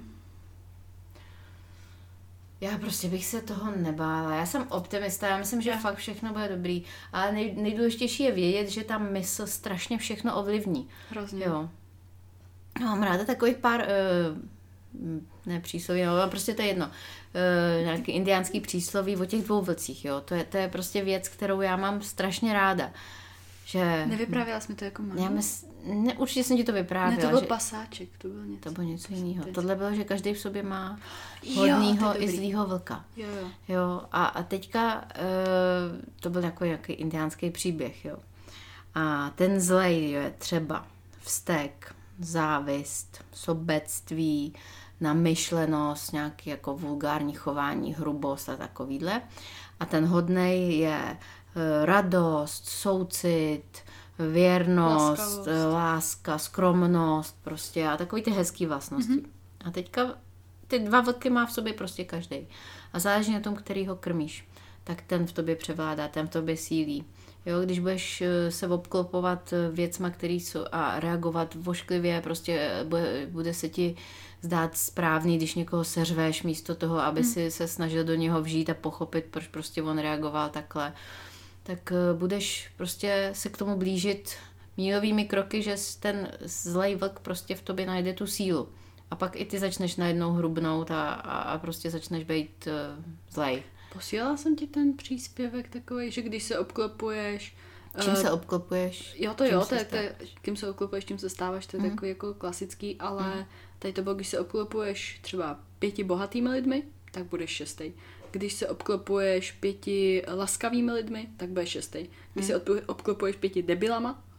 Já prostě bych se toho nebála. Já jsem optimista, já myslím, že fakt všechno bude dobrý. Ale nejdůležitější je vědět, že ta mysl strašně všechno ovlivní.
Hrozně.
Jo. Mám ráda takových pár... ne přísloví, ale prostě to je jedno. Nějaký indiánský přísloví o těch 2 vlcích, jo. To je prostě věc, kterou já mám strašně ráda. Že...
Nevyprávěla jsi mi to jako máma?
Určitě jsem ti to vyprávěla.
Ne, to byl pasáček, to bylo něco.
To bylo něco jiného. Tohle bylo, že každý v sobě má hodnýho i zlýho vlka. Jo. A teďka to byl jako nějaký indiánský příběh, jo. A ten zlej je třeba vztek, závist, sobectví, namyšlenost, nějaký jako vulgární chování, hrubost a takovýhle. A ten hodnej je radost, soucit, věrnost, láska, skromnost prostě a takový ty hezký vlastnosti. A teďka ty 2 vlky má v sobě prostě každý. A záleží na tom, který ho krmíš. Tak ten v tobě převládá, ten v tobě sílí. Jo, když budeš se obklopovat věcma, který jsou a reagovat vošklivě, prostě bude se ti zdát správný, když někoho seřveš místo toho, aby si se snažil do něho vžít a pochopit, proč prostě on reagoval takhle. Tak budeš prostě se k tomu blížit mílovými kroky, že ten zlej vlk prostě v tobě najde tu sílu. A pak i ty začneš najednou hrubnout a prostě začneš být zlej.
Posílala jsem ti ten příspěvek takový, že když se obklopuješ...
Čím se obklopuješ?
To je kým se obklopuješ, čím se stáváš, to je takový jako klasický, ale tady to bylo, když se obklopuješ třeba 5 bohatými lidmi, tak budeš 6. Když se obklopuješ 5 laskavými lidmi, tak budeš 6. Když se obklopuješ 5 debilama,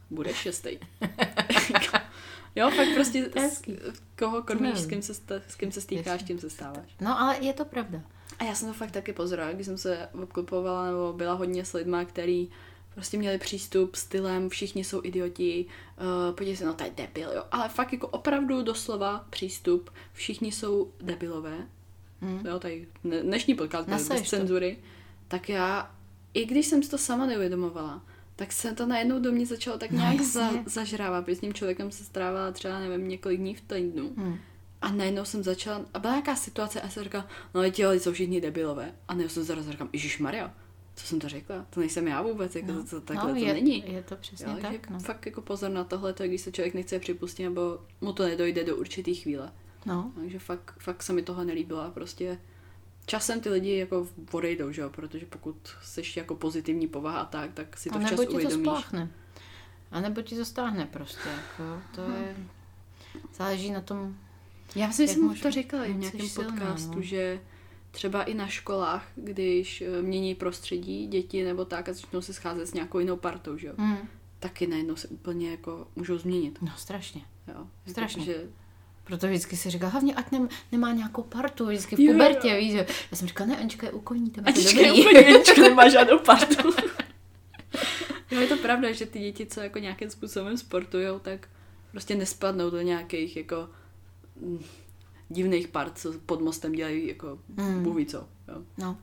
budeš 6. Jo, fakt prostě kohokoliv víš, s kým se stýkáš, tím se stáváš.
No, ale je to pravda.
A já jsem to fakt taky pozorovala, když jsem se obklopovala, nebo byla hodně s lidma, který prostě měli přístup stylem, všichni jsou idioti, podívej se, no to je debil, jo. Ale fakt jako opravdu doslova přístup, všichni jsou debilové. Jo, tady dnešní podcast bez cenzury. Tak já, i když jsem si to sama neuvědomovala, tak se to najednou do mě začalo tak nějak zažrávat, protože s tím člověkem se strávila třeba, nevím, několik dní v týdnu. A najednou jsem začala, a byla nějaká situace a jsem říkala, no ti jsou všichni debilové. A najednou jsem zaraz říkala, Ježišmarja, co jsem to řekla? To nejsem já vůbec, jako takhle to není.
Je to přesně
jo,
tak. No.
Fakt jako pozor na tohle, když se člověk nechce připustit, nebo mu to nedojde do určitý chvíle.
No.
Takže fakt se mi toho nelíbilo a prostě časem ty lidi jako odejdou, že jo, protože pokud jsi jako pozitivní povaha a tak si to včas uvědomíš.
A nebo ti to spláchne. A nebo ti to stáhne prostě, jako, to je, záleží na tom.
Já myslím, že jsem to říkala i v nějakém podcastu, že třeba i na školách, když mění prostředí děti nebo tak a začnou se scházet s nějakou jinou partou, že jo, taky najednou se úplně jako můžou změnit.
No strašně.
Jo,
strašně.
Že...
Proto vždycky si říká, hlavně ať nemá nějakou partu, vždycky v pubertě, víš, že já jsem říkala, ne, Anička je u koní, to je dobrý.
Anička nemá žádnou partu. Jo, je to pravda, že ty děti, co jako nějakým způsobem sportujou, tak prostě nespadnou do nějakých jako divných part, co pod mostem dělají jako Bůh ví co. Jo.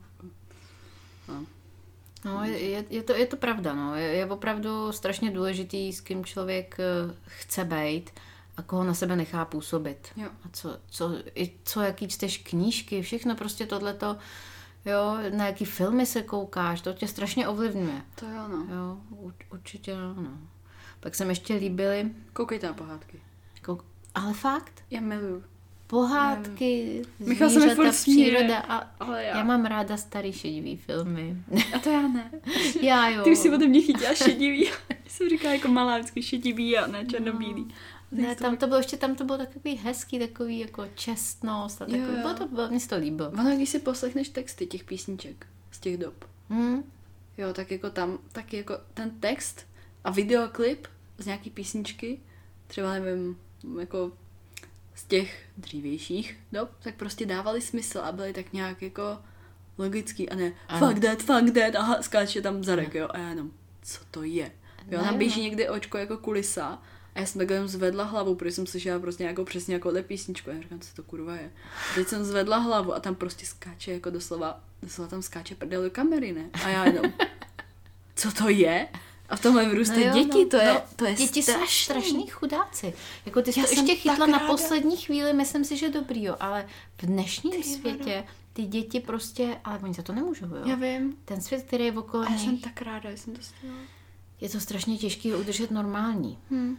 No, je to pravda, no. Je opravdu strašně důležitý, s kým člověk chce bejt a koho na sebe nechá působit.
Jo.
A jaký čteš knížky, všechno prostě tohleto, jo, na jaký filmy se koukáš, to tě strašně ovlivňuje.
To jo, no.
Jo, určitě ano. Pak se mi ještě líbily...
Koukejte na pohádky.
Ale fakt?
Já miluju.
Pohádky,
Michal se mi furt
příroda
ale
já mám ráda starý šedivý filmy.
A to já ne.
Já jo.
Ty už si ode mě chytila šedivý. Jsem říkala jako malá vždycky šedivý a ne černobílý.
Ne, tam to bylo takový hezký, takový jako čestnost a takový, mně se to líbilo.
Ono, když si poslechneš texty těch písniček z těch dob, jo, tak jako tam, taky jako ten text a videoklip z nějaký písničky, třeba nevím, jako z těch dřívějších dob, tak prostě dávali smysl a byly tak nějak jako logický a ne fuck that, aha, skáče tam zadek, jo, a já jenom, co to je? Jo, nám běží někdy očko jako kulisa a já jsem takhle jenom zvedla hlavu, protože jsem slyšela prostě nějakou přesně jako písničku a já říkám, co to kurva je. A teď jsem zvedla hlavu a tam prostě skáče jako doslova tam skáče prdel do kamery, ne? A já jenom, co to je? A v tomhle vyrůstají děti, to je
děti jsou strašný chudáci. Jako ty jsi to ještě chytla na poslední chvíli, myslím si, že dobrý, jo, ale v dnešním světě ty děti prostě, ale oni za to nemůžou, jo.
Já vím.
Ten svět, který je okolo
nich. Já jsem tak ráda, že jsem to stihla.
Je to strašně těžké udržet normální.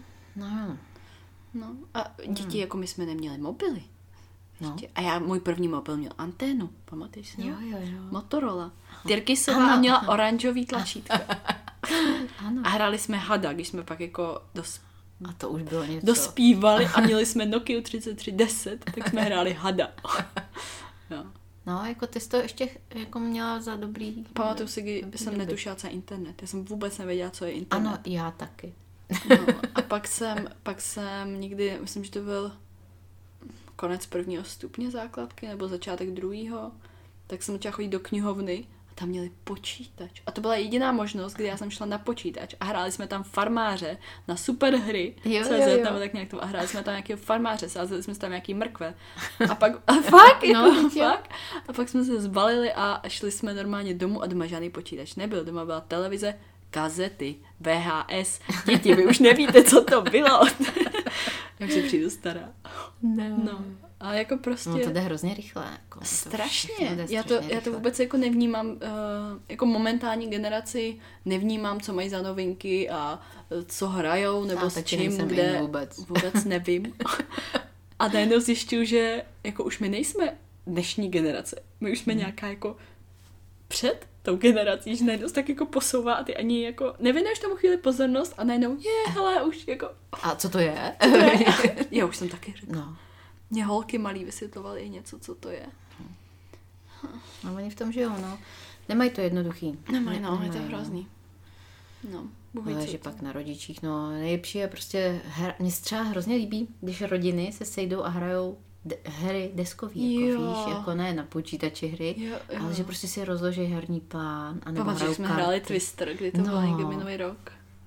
No a děti, jako my jsme neměli mobily. No. A můj první mobil měl anténu, pamatuješ si?
Jo.
Motorola. Tyrkysová měla oranžový tlačítko.
Ano.
A hráli jsme hada, když jsme pak jako
a to už bylo něco.
Dospívali a měli jsme Nokia 3310, tak jsme hráli hada. Jo.
No, jako ty jsi to ještě jako měla za dobrý...
Pamatuju si, když jsem netušila, co je internet. Já jsem vůbec nevěděla, co je internet.
Ano, já taky.
No, a pak jsem někdy, myslím, že to byl konec 1. stupně základky, nebo začátek 2. tak jsem začala chodit do knihovny a tam měli počítač. A to byla jediná možnost, kdy já jsem šla na počítač a hráli jsme tam farmáře na super hry. Tam tak nějak to, a hráli jsme tam nějakého farmáře, sázeli jsme tam nějaký mrkve. A pak, fakt. A pak jsme se zbalili a šli jsme normálně domů a doma žádný počítač nebyl. Doma byla televize, kazety, VHS. Děti, vy už nevíte, co to bylo. Jak se přijdu stará. No. A jako prostě...
No to jde hrozně rychle. Jako,
strašně. Já to vůbec jako nevnímám, jako momentální generaci nevnímám, co mají za novinky a co hrajou, nebo s čím, kde. Vůbec nevím. A najednou zjišťuju, že jako už my nejsme dnešní generace. My už jsme nějaká jako před tou generací, že najednou tak jako posouvá a ty ani jako nevěnuješ tomu chvíli pozornost a najednou hele, už jako...
A co to je?
Já už jsem taky řekla.
No.
Mě holky malý vysvětlovaly něco, co to je.
No oni v tom žijou, no. Nemají to jednoduchý.
Nemají, je to hrozný. No,
že pak na rodičích. No, nejlepší je prostě, mně se třeba hrozně líbí, když rodiny se sejdou a hrajou hry deskový, jako víš, jako ne na počítači hry, ale že prostě si rozloží herní plán a nebo hrajou
jsme hráli Twister, kdy to bylo někdy minulý rok.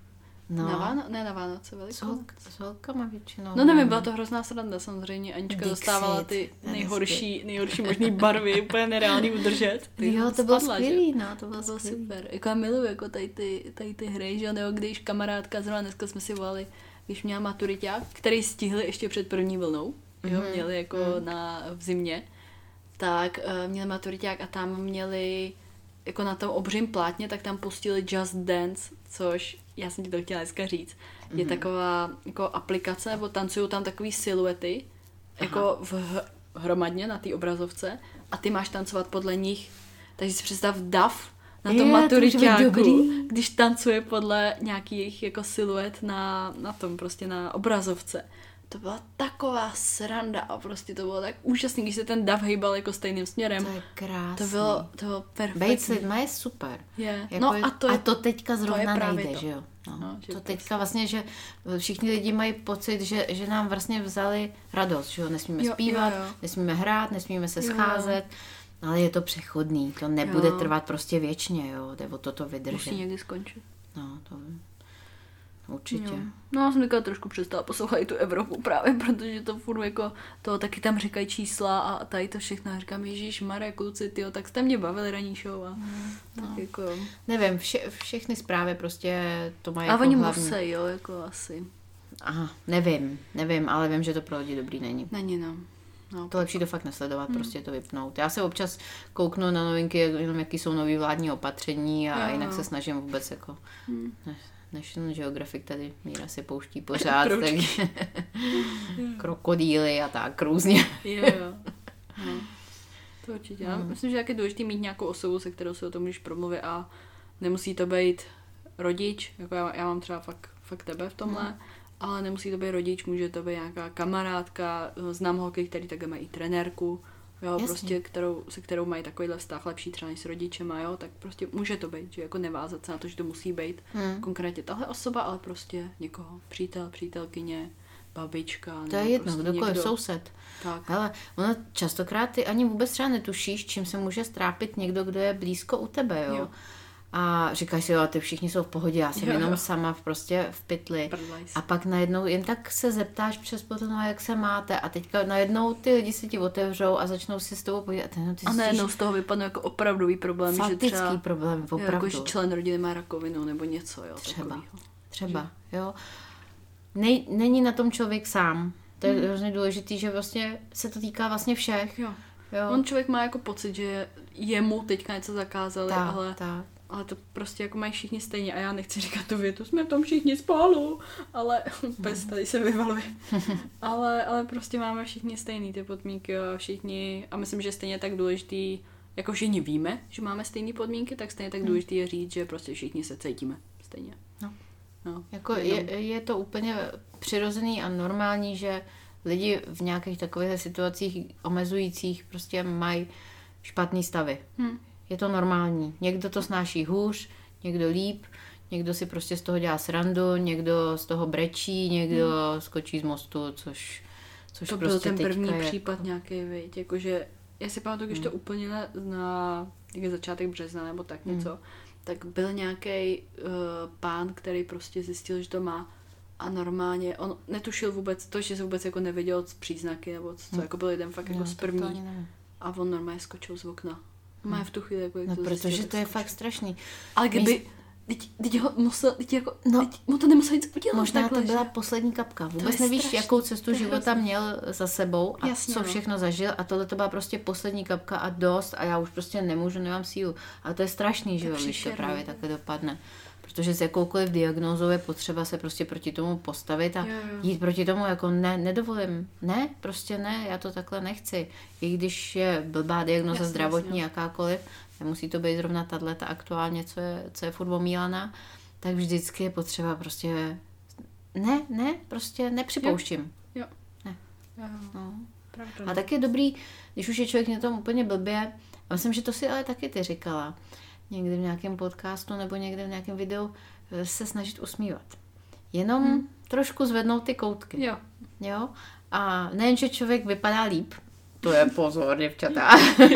No.
Na Vánoce Velikonoc.
S holkama většinou.
No nevím, byla to hrozná sranda samozřejmě. Anička dostávala ty nejhorší možný barvy, úplně nereálný udržet.
Jo, to bylo skvělý, no, to bylo
super. Jako já miluji jako tady ty hry, že jo, když kamarádka, zrovna dneska jsme si volali, když měla maturiťák, který stihli ještě před první vlnou, jo, měli jako v zimě, tak měli maturiťák a tam měli jako na tom obřím plátně, tak tam pustili Just Dance, což já jsem ti to chtěla dneska říct. Je taková jako aplikace, nebo tancují tam takový siluety, jako hromadně na té obrazovce a ty máš tancovat podle nich. Takže si představ dav na tom maturiťáku, když tancuje podle nějakých jako siluet na tom prostě na obrazovce. To byla taková sranda a prostě to bylo tak úžasný, když se ten dav hejbal jako stejným směrem.
To je krásný.
To bylo perfektní.
Bejt s lidma je super.
Je.
Jako a to teďka zrovna nejde,
to.
že jo? No,
že
to teďka vlastně, že všichni lidi mají pocit, že nám vlastně vzali radost, že jo? Nesmíme zpívat, nesmíme hrát, nesmíme se scházet, ale je to přechodný, to nebude trvat prostě věčně, jo? Jde o toto vydržet.
Musí někdy skončit.
No, to určitě.
Jo. No já jsem teďka trošku přestala poslouchat i tu Evropu právě, protože to furt jako, to taky tam říkají čísla a tady to všechno. A říkám, ježišmarja, kluci, tyjo, tak jste mě bavili ranní show a tak jako...
Nevím, všechny zprávy prostě to mají
jako hlavní. A oni musí, jo, jako asi.
Aha, nevím, ale vím, že to pro lidi dobrý není.
Není, no.
To lepší to fakt nesledovat, prostě to vypnout. Já se občas kouknu na novinky, jenom jaký jsou nový vládní opatření a jinak se snažím vůbec jako... National Geographic tady Míra si pouští pořád, takže krokodýly a tak různě.
Jo. No. To určitě. Já myslím, že je důležité mít nějakou osobu, se kterou se o tom můžeš promluvit a nemusí to být rodič, jako já mám třeba fakt tebe v tomhle, ale nemusí to být rodič, může to být nějaká kamarádka, znám holky, který také mají trenérku, jo, prostě, se kterou mají takovýhle vztah lepší třeba než s rodičema, jo, tak prostě může to být, že jako nevázat se na to, že to musí být konkrétně tahle osoba, ale prostě někoho, přítelkyně, babička.
To je jedno, prostě kdokoliv, soused.
Tak.
Hele, ono častokrát ty ani vůbec třeba netušíš, čím se může strápit někdo, kdo je blízko u tebe, jo. A říkáš si, jo, ty všichni jsou v pohodě, já jsem jenom sama prostě v pytli. A pak najednou jen tak se zeptáš přes potom, jak se máte a teďka najednou ty lidi se ti otevřou a začnou si s tebou povídat.
A najednou z toho vypadne jako opravdový problém, že třeba
problém, opravdu.
Jako, že člen rodiny má rakovinu nebo něco, jo.
Třeba, jo. Není na tom člověk sám. To je hrozně důležitý, že vlastně se to týká vlastně všech.
Jo. On člověk má jako pocit, že jemu teďka něco zakázali, ale to prostě jako mají všichni stejně a já nechci říkat tu větu, jsme tam všichni spolu, ale pes tady se vyvaluje. ale prostě máme všichni stejný ty podmínky a všichni, a myslím, že stejně tak důležitý, jako všichni víme, že máme stejné podmínky, tak stejně tak důležitý je říct, že prostě všichni se cítíme stejně. No,
jako je to úplně přirozený a normální, že lidi v nějakých takových situacích omezujících prostě mají špatný stavy. Je to normální. Někdo to snáší hůř, někdo líp, někdo si prostě z toho dělá srandu, někdo z toho brečí, někdo skočí z mostu, což
to
prostě
byl ten první
je
případ nějaký, viď, jakože já si pamatuju, když to úplně na začátek března nebo tak něco, tak byl nějaký pán, který prostě zjistil, že to má a normálně, on netušil vůbec to, že se vůbec jako nevěděl příznaky nebo co, jako byl jeden fakt jako z první a on normálně skočil z okna. Má v tu chvíli, jako jak
no,
to
protože
zjistil,
to je fakt strašný.
Ale kdyby, mu to nemusel nic udělat.
Možná
takhle,
to byla poslední kapka. Vůbec nevíš, strašný. Jakou cestu života měl za sebou a co všechno zažil a tohle to byla prostě poslední kapka a dost a já už prostě nemám sílu. Ale to je strašný, že jo, když to právě takhle dopadne. Protože s jakoukoliv diagnózou je potřeba se prostě proti tomu postavit a jít proti tomu jako nedovolím. Ne, prostě ne, já to takhle nechci. I když je blbá diagnóza zdravotní, jakákoliv, nemusí to být zrovna tato aktuálně, co je furt omílaná, tak vždycky je potřeba prostě prostě nepřipouštím.
Jo.
Ne.
No.
A tak je dobrý, když už je člověk na tom úplně blbě, a myslím, že to si ale taky ty říkala, někdy v nějakém podcastu nebo někde v nějakém videu se snažit usmívat. Jenom trošku zvednout ty koutky. Jo? A nejen, že člověk vypadá líp, to je pozor, děvčata.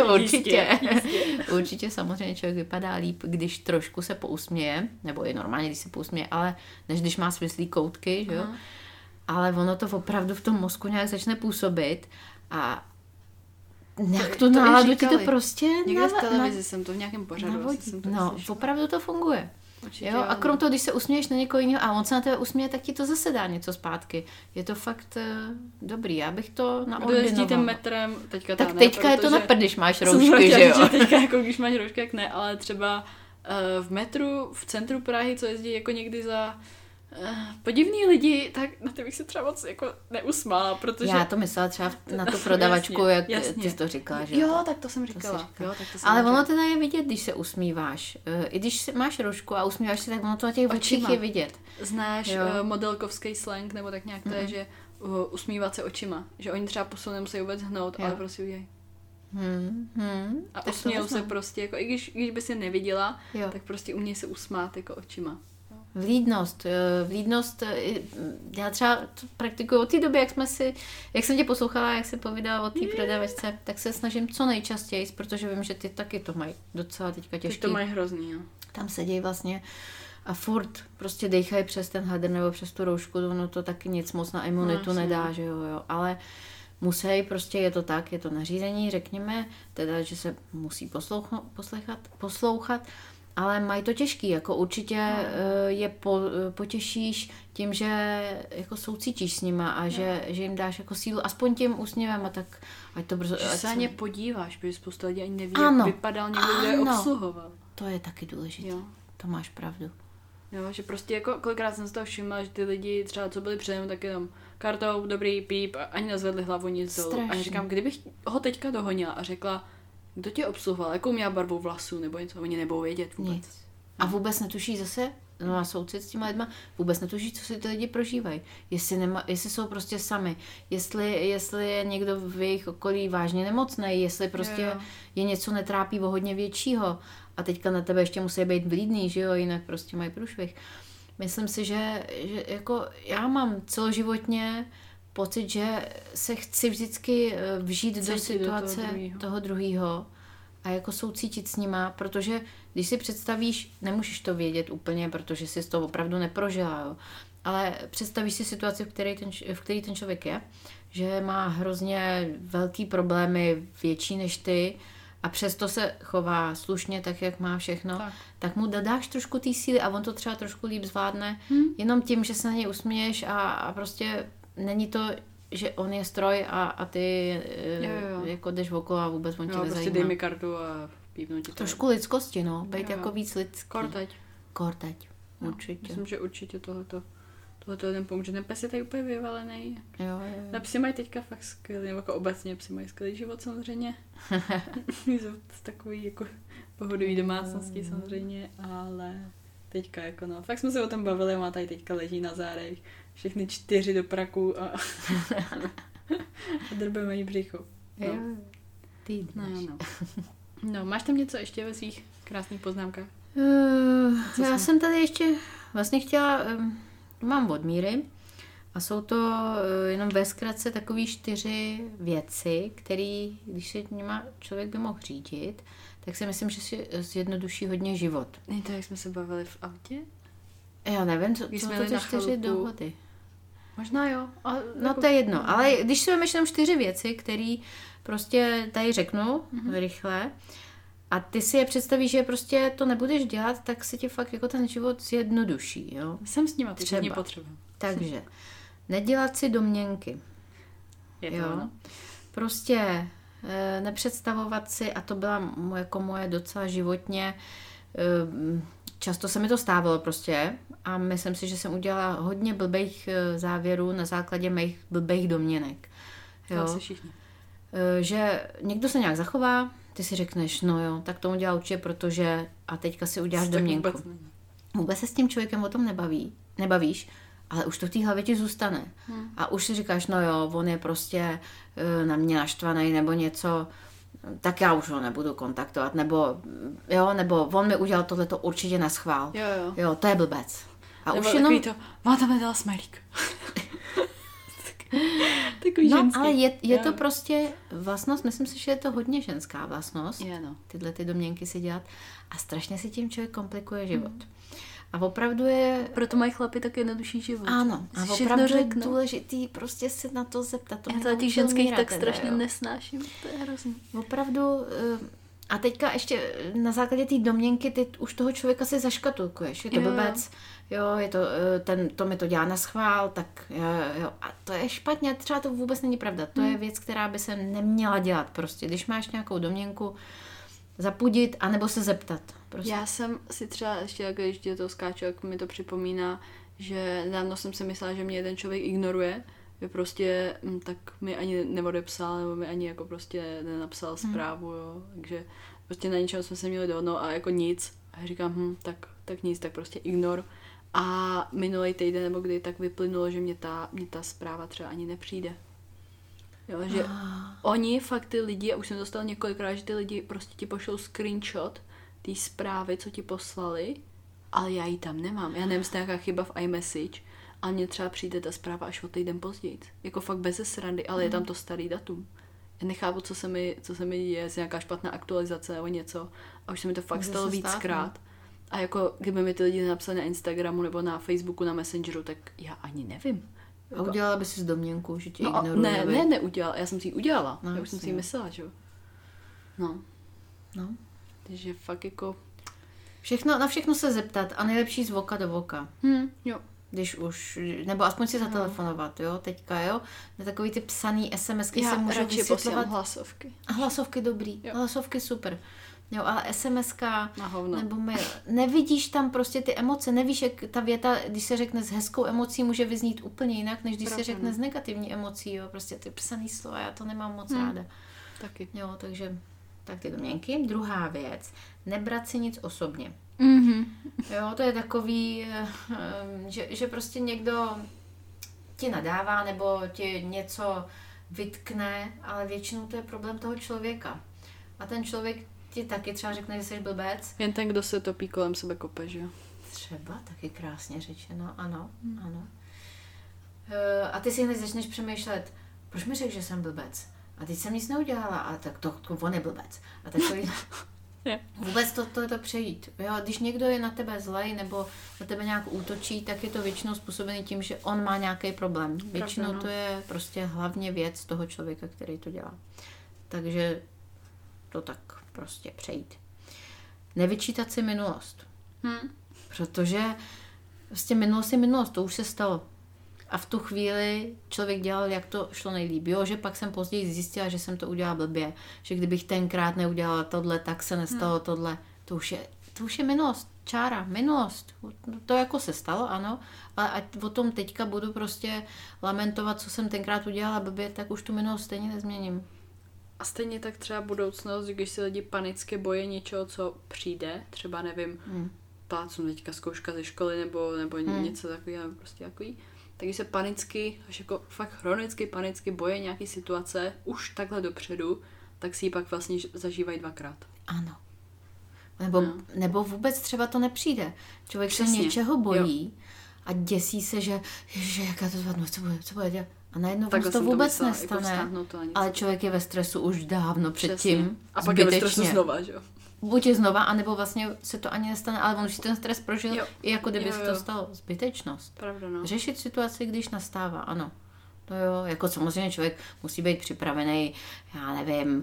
Určitě samozřejmě člověk vypadá líp, když trošku se pousměje, nebo je normálně, když se pousměje, ale než když má svislý koutky, že jo? Ale ono to opravdu v tom mozku nějak začne působit a nějak tu náladu ti to prostě...
Někde v televizi jsem to v nějakém pořadu.
Opravdu to funguje. Jo? A krom toho, když se usměješ na někoho jiného a on se na tebe usměje, tak ti to zase dá něco zpátky. Je to fakt dobrý. Já bych to naordinovala.
Kdo jezdí metrem,
teďka je to na prd, když máš roušky, že jo?
Teďka jako když máš roušky, jak ne, ale třeba v metru, v centru Prahy, co jezdí jako někdy za podivný lidi, tak na to bych se třeba moc jako neusmála, protože...
Já to myslela třeba na tu prodavačku, jasně. Ty jsi to říkala, že?
Jo, tak to jsem říkala.
Ale ono teda je vidět, když se usmíváš. I když máš roušku a usmíváš se, tak ono to na těch očích je vidět.
Znáš modelkovský slang, nebo tak nějak to je, že usmívat se očima. Že oni třeba pusu nemusí vůbec hnout, ale prostě udělají. A usmějou se prostě, jako i když by si neviděla, tak prostě umějí se usmát jako očima.
Vlídnost, já třeba to praktikuju od té doby, jak jsem tě poslouchala, jak jsi povídala o té prodavačce, tak se snažím co nejčastěji, protože vím, že ty taky to mají docela teďka těžký.
Ty to mají hrozný, jo.
Tam sedějí vlastně a furt prostě dejchají přes ten hadr nebo přes tu roušku, ono to taky nic moc na imunitu nedá, že jo, ale musí, prostě je to tak, je to nařízení, řekněme, teda, že se musí poslouchat, ale mají to těžký, jako určitě je potěšíš tím, že jako soucítíš s nima a že jim dáš jako sílu, aspoň tím úsměvem a tak, ať to brzo...
Že se na ně podíváš, protože spousta lidí ani neví, jak vypadal někdo, kdo je obsluhoval.
To je taky důležité, to máš pravdu.
Jo, že prostě jako kolikrát jsem si toho všimla, že ty lidi třeba co byli předem, tak jenom kartou, dobrý, píp, a ani nezvedli hlavu nic dolů. A říkám, kdybych ho teďka dohonila a řekla, kdo tě obsluhoval, jakou měla barvu vlasů nebo něco, oni nebudou vědět vůbec. Nic.
A vůbec netuší zase, a soucit s těma lidma, vůbec netuší, co si ty lidi prožívají. Jestli jsou prostě sami, jestli je někdo v jejich okolí vážně nemocný, jestli prostě je něco netrápí o hodně většího a teďka na tebe ještě musí být vlídný, že jo, jinak prostě mají průšvih. Myslím si, že jako já mám celoživotně pocit, že se chci vždycky vžít do situace toho druhého a jako soucítit s nima, protože když si představíš, nemůžeš to vědět úplně, protože jsi to opravdu neprožila, jo, ale představíš si situaci, v který ten člověk je, že má hrozně velký problémy, větší než ty, a přesto se chová slušně, tak jak má všechno, tak mu dáš trošku té síly a on to třeba trošku líp zvládne, jenom tím, že se na něj usměješ a prostě není to, že on je stroj a ty jako jdeš okolo a vůbec on tě nezajímá.
Prostě dej mi kartu a pípnu ti to.
Trošku lidskosti, být jako víc lidský. Kor teď. Určitě.
Myslím, že určitě tohleto jeden pomůže. Ten pes je tady úplně vyvalený.
Jo.
Na psi mají teďka fakt skvělý, nebo jako obecně psi mají skvělý život samozřejmě. Jsou takový jako pohodový domácnosti samozřejmě, ale teďka jako fakt jsme se o tom bavili, má tady teďka leží na zádech, všechny 4 do praku a drbe mají břicho. No, máš tam něco ještě ve svých krásných poznámkách?
Já jsem tady ještě vlastně chtěla, mám od Míry a jsou to jenom ve zkratce takový 4 věci, které, když se nima člověk by mohl řídit, tak si myslím, že si zjednoduší hodně život.
Je to, jak jsme se bavili v autě?
Já nevím, co to ty 4 dohody.
Možná jo.
No to je jedno, ale když si vemeš jenom 4 věci, které prostě tady řeknu rychle a ty si je představíš, že prostě to nebudeš dělat, tak si ti fakt jako ten život zjednoduší, jo.
Jsem s nima, teď není potřeba.
Takže nedělat si domněnky.
Je to ono.
Prostě nepředstavovat si, a to byla jako moje docela životně, často se mi to stávalo prostě a myslím si, že jsem udělala hodně blbých závěrů na základě mých blbých domněnek.
Jo? To všichni.
Že někdo se nějak zachová, ty si řekneš, no jo, tak tomu dělá určitě, protože a teďka si uděláš domněnku. Vůbec se s tím člověkem o tom nebavíš, ale už to v té hlavě ti zůstane. A už si říkáš, no jo, on je prostě na mě naštvaný nebo něco. tak já už ho nebudu kontaktovat, nebo on mi udělal tohleto určitě naschvál. Jo, to je blbec. A
nebo
už jenom...
to, má tam nedala smajlík. Takový ženský.
Ale je to prostě vlastnost, myslím si, že je to hodně ženská vlastnost, tyhle ty domněnky si dělat a strašně si tím člověk komplikuje život. A opravdu je...
Proto mají chlapi tak jednodušší život.
Ano, a opravdu je důležitý prostě se na to zeptat.
Já to těch ženských tak strašně nesnáším, to je hrozný.
Opravdu... A teďka ještě na základě té domněnky ty už toho člověka si zaškatulkuješ. Je to blbec, je to, to mi to dělá na schvál, tak jo. A to je špatně, třeba to vůbec není pravda. To je věc, která by se neměla dělat prostě. Když máš nějakou domněnku, zapudit, anebo se zeptat. Prostě.
Já jsem si třeba ještě, když tě to skáču, jak mi to připomíná, že dávno jsem si myslela, že mě jeden člověk ignoruje, že prostě tak mi ani neodepsal, nebo mi ani jako prostě nenapsal zprávu, jo. Takže prostě na ničem jsme se měli dohodnout a jako nic. A já říkám, tak nic, tak prostě ignor. A minulý týden, nebo kdy tak vyplynulo, že mě ta zpráva třeba ani nepřijde. Jo, že oni fakt ty lidi, a už jsem dostal několikrát, že ty lidi prostě ti pošlou screenshot té zprávy, co ti poslali, ale já ji tam nemám. Já nevím, jestli nějaká chyba v iMessage, ale mně třeba přijde ta zpráva až o týden později. Jako fakt bez srandy, ale je tam to starý datum. Já nechápu, co se mi děje, jestli nějaká špatná aktualizace nebo něco. A už se mi to fakt stalo víckrát. A jako kdyby mi ty lidi napsali na Instagramu nebo na Facebooku, na Messengeru, tak já ani nevím.
A udělala by si domněnku, že tě ignoruje?
Ne, neudělala. Já jsem si ji udělala. Já už jsem si ji myslela, že jo. No. Takže fakt jako...
Na všechno se zeptat a nejlepší z voka do voka.
Jo.
Když už, nebo aspoň si zatelefonovat, jo, teďka, jo. Na takový ty psaný SMSky se můžou vysvětlovat.
Hlasovky.
A hlasovky dobrý, hlasovky super. Jo, ale SMSka nebo mail, nevidíš tam prostě ty emoce, nevíš, jak ta věta, když se řekne s hezkou emocí, může vyznít úplně jinak, než když se řekne s negativní emocí, jo, prostě ty psaný slova, já to nemám moc ráda.
Taky.
Jo, takže tak ty domněnky. Druhá věc, nebrat si nic osobně. Jo, to je takový, že prostě někdo ti nadává nebo ti něco vytkne, ale většinou to je problém toho člověka. A ten člověk ti taky třeba řekne, že jsi blbec.
Jen ten, kdo se topí kolem sebe kope, že jo?
Třeba, taky krásně řečeno, ano. A ty si hned začneš přemýšlet, proč mi řekl, že jsem blbec? A teď jsem nic neudělala, a tak to on je blbec. A takový... Vůbec to přejít. Jo, když někdo je na tebe zlej nebo na tebe nějak útočí, tak je to většinou způsobený tím, že on má nějaký problém. Většinou to je prostě hlavně věc toho člověka, který to dělá. Takže to tak prostě přejít. Nevyčítat si minulost. Protože prostě minulost je minulost, to už se stalo. A v tu chvíli člověk dělal, jak to šlo nejlíp. Jo, že pak jsem později zjistila, že jsem to udělala blbě. Že kdybych tenkrát neudělala tohle, tak se nestalo tohle. To už je minulost. Čára, minulost. To jako se stalo, ano. Ale ať o tom teďka budu prostě lamentovat, co jsem tenkrát udělala blbě, tak už tu minulost stejně nezměním.
A stejně tak třeba budoucnost, když se lidi panicky bojí něčeho, co přijde, třeba nevím, plácnu teďka zkouška ze školy nebo něco takového, prostě takový. Tak když se panicky, až jako fakt chronicky panicky bojí nějaký situace už takhle dopředu, tak si ji pak vlastně zažívají dvakrát.
Ano. Nebo vůbec třeba to nepřijde. Člověk
Přesně.
se něčeho bojí a děsí se, že jak já to zvládnu, co bude dělat. A najednou to vůbec nestane, ale člověk je ve stresu už dávno předtím.
A pak je ve stresu znova, že jo?
Buď je znova, anebo vlastně se to ani nestane, ale on už si ten stres prožil, i jako kdyby se to stalo. Zbytečnost.
Pravda, no.
Řešit situaci, když nastává, ano. To jo, jako samozřejmě člověk musí být připravený, já nevím,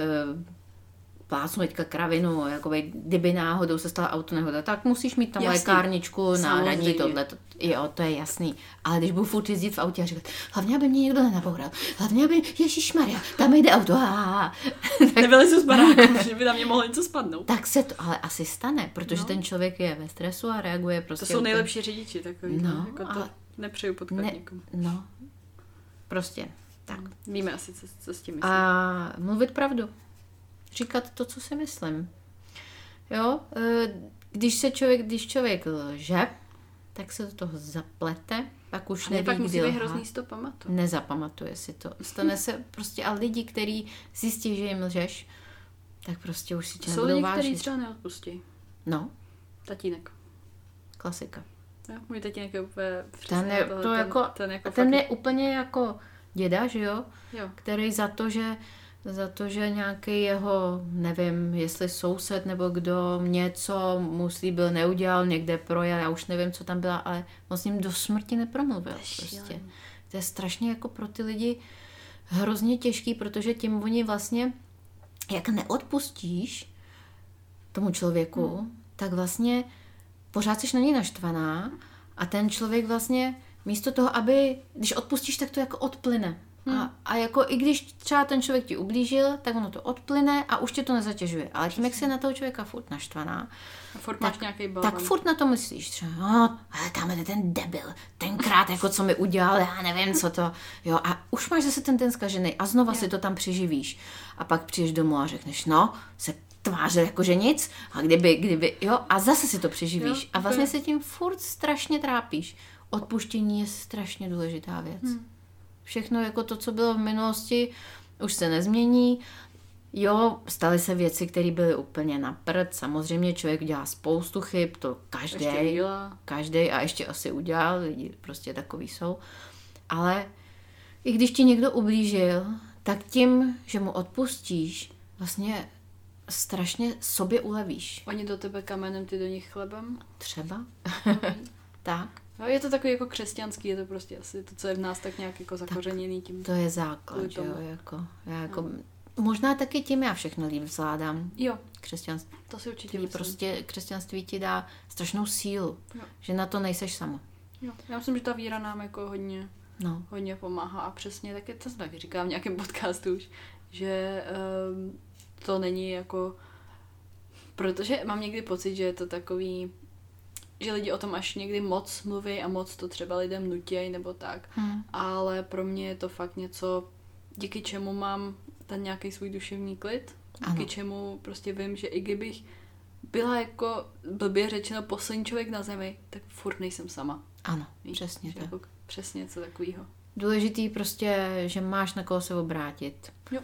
plácnu teďka kravinu, jako kdyby náhodou se stala autonehoda, tak musíš mít tam lékárničku na radní tohle. Jo, to je jasný. Ale když budu furt jezdit v autě a říkat, hlavně, aby mě někdo nenaboural, hlavně, aby, ježišmarja, tam jde auto,
Nevylezu z baráku, že by na mě mohlo něco spadnout.
Tak se to ale asi stane, protože ten člověk je ve stresu a reaguje prostě.
To jsou nejlepší řidiči takový. No, jako to nepřeju potkat někomu.
No, prostě, tak.
Víme asi, co s tím myslím.
A mluvit pravdu. Říkat to, co si myslím. Jo, když člověk lže, tak se do toho zaplete, pak už
A
neví,
pak musí
kdy
být
lhát.
hrozný si to pamatuje.
Nezapamatuje si to. Stane se prostě, a lidi, kteří zjistí, že jim lžeš, tak prostě už si tě
Jsou
nebudou
lidi, kteří
vážit.
třeba neodpustí.
No,
Tatínek.
klasika.
Jo, můj tatínek je úplně přesně
Ten je,
tohle,
to jako,
ten jako
ten
fakt-
je úplně jako děda, že jo?
Jo.
Který za to, že nějaký jeho, nevím, jestli soused nebo kdo něco mu slíbil, neudělal, někde projel, já už nevím, co tam byla, ale on s ním do smrti nepromluvil. Prostě. To je strašně jako pro ty lidi hrozně těžký, protože tím oni vlastně, jak neodpustíš tomu člověku, tak vlastně pořád jsi na něj naštvaná a ten člověk vlastně místo toho, aby, když odpustíš, tak to jako odplyne. A jako i když třeba ten člověk ti ublížil, tak ono to odplyne a už tě to nezatěžuje. Ale tím, jak jsi na toho člověka furt naštvaná,
A furt máš nějaký balvan.
tak furt na to myslíš třeba, no, ale tam je ten debil, tenkrát jako co mi udělal, já nevím, co to, jo, a už máš zase ten zkažený a znova si to tam přiživíš. A pak přijdeš domů a řekneš, no, se tvářil jako že nic, a kdyby, jo, a zase si to přiživíš.
Jo,
A vlastně se tím furt strašně trápíš. Odpuštění je strašně důležitá věc. Všechno jako to, co bylo v minulosti, už se nezmění. Jo, staly se věci, které byly úplně na prd. Samozřejmě člověk dělá spoustu chyb, to každý a ještě asi udělal, lidi prostě takový jsou. Ale i když ti někdo ublížil, tak tím, že mu odpustíš, vlastně strašně sobě ulevíš.
Oni do tebe kamenem, ty do nich chlebem.
Třeba. Tak.
No, je to takový jako křesťanský, je to prostě asi to, co je v nás tak nějak jako zakořeněný tím.
To je základ, že jo, já možná taky tím já všechno líp zvládám.
Jo.
Křesťanství.
To si určitě myslím.
Prostě křesťanství ti dá strašnou sílu, že na to nejseš sama.
Jo. Já myslím, že ta víra nám jako hodně pomáhá a přesně taky, to jsem taky říkala v nějakém podcastu už, že to není jako, protože mám někdy pocit, že je to takový, že lidi o tom až někdy moc mluví a moc to třeba lidem nutěj nebo tak, ale pro mě je to fakt něco, díky čemu mám ten nějaký svůj duševní klid, díky čemu prostě vím, že i kdybych byla jako blbě řečeno poslední člověk na zemi, tak furt nejsem sama.
Ano, přesně tak.
Jako přesně něco takového.
Důležitý prostě, že máš na koho se obrátit.
Jo.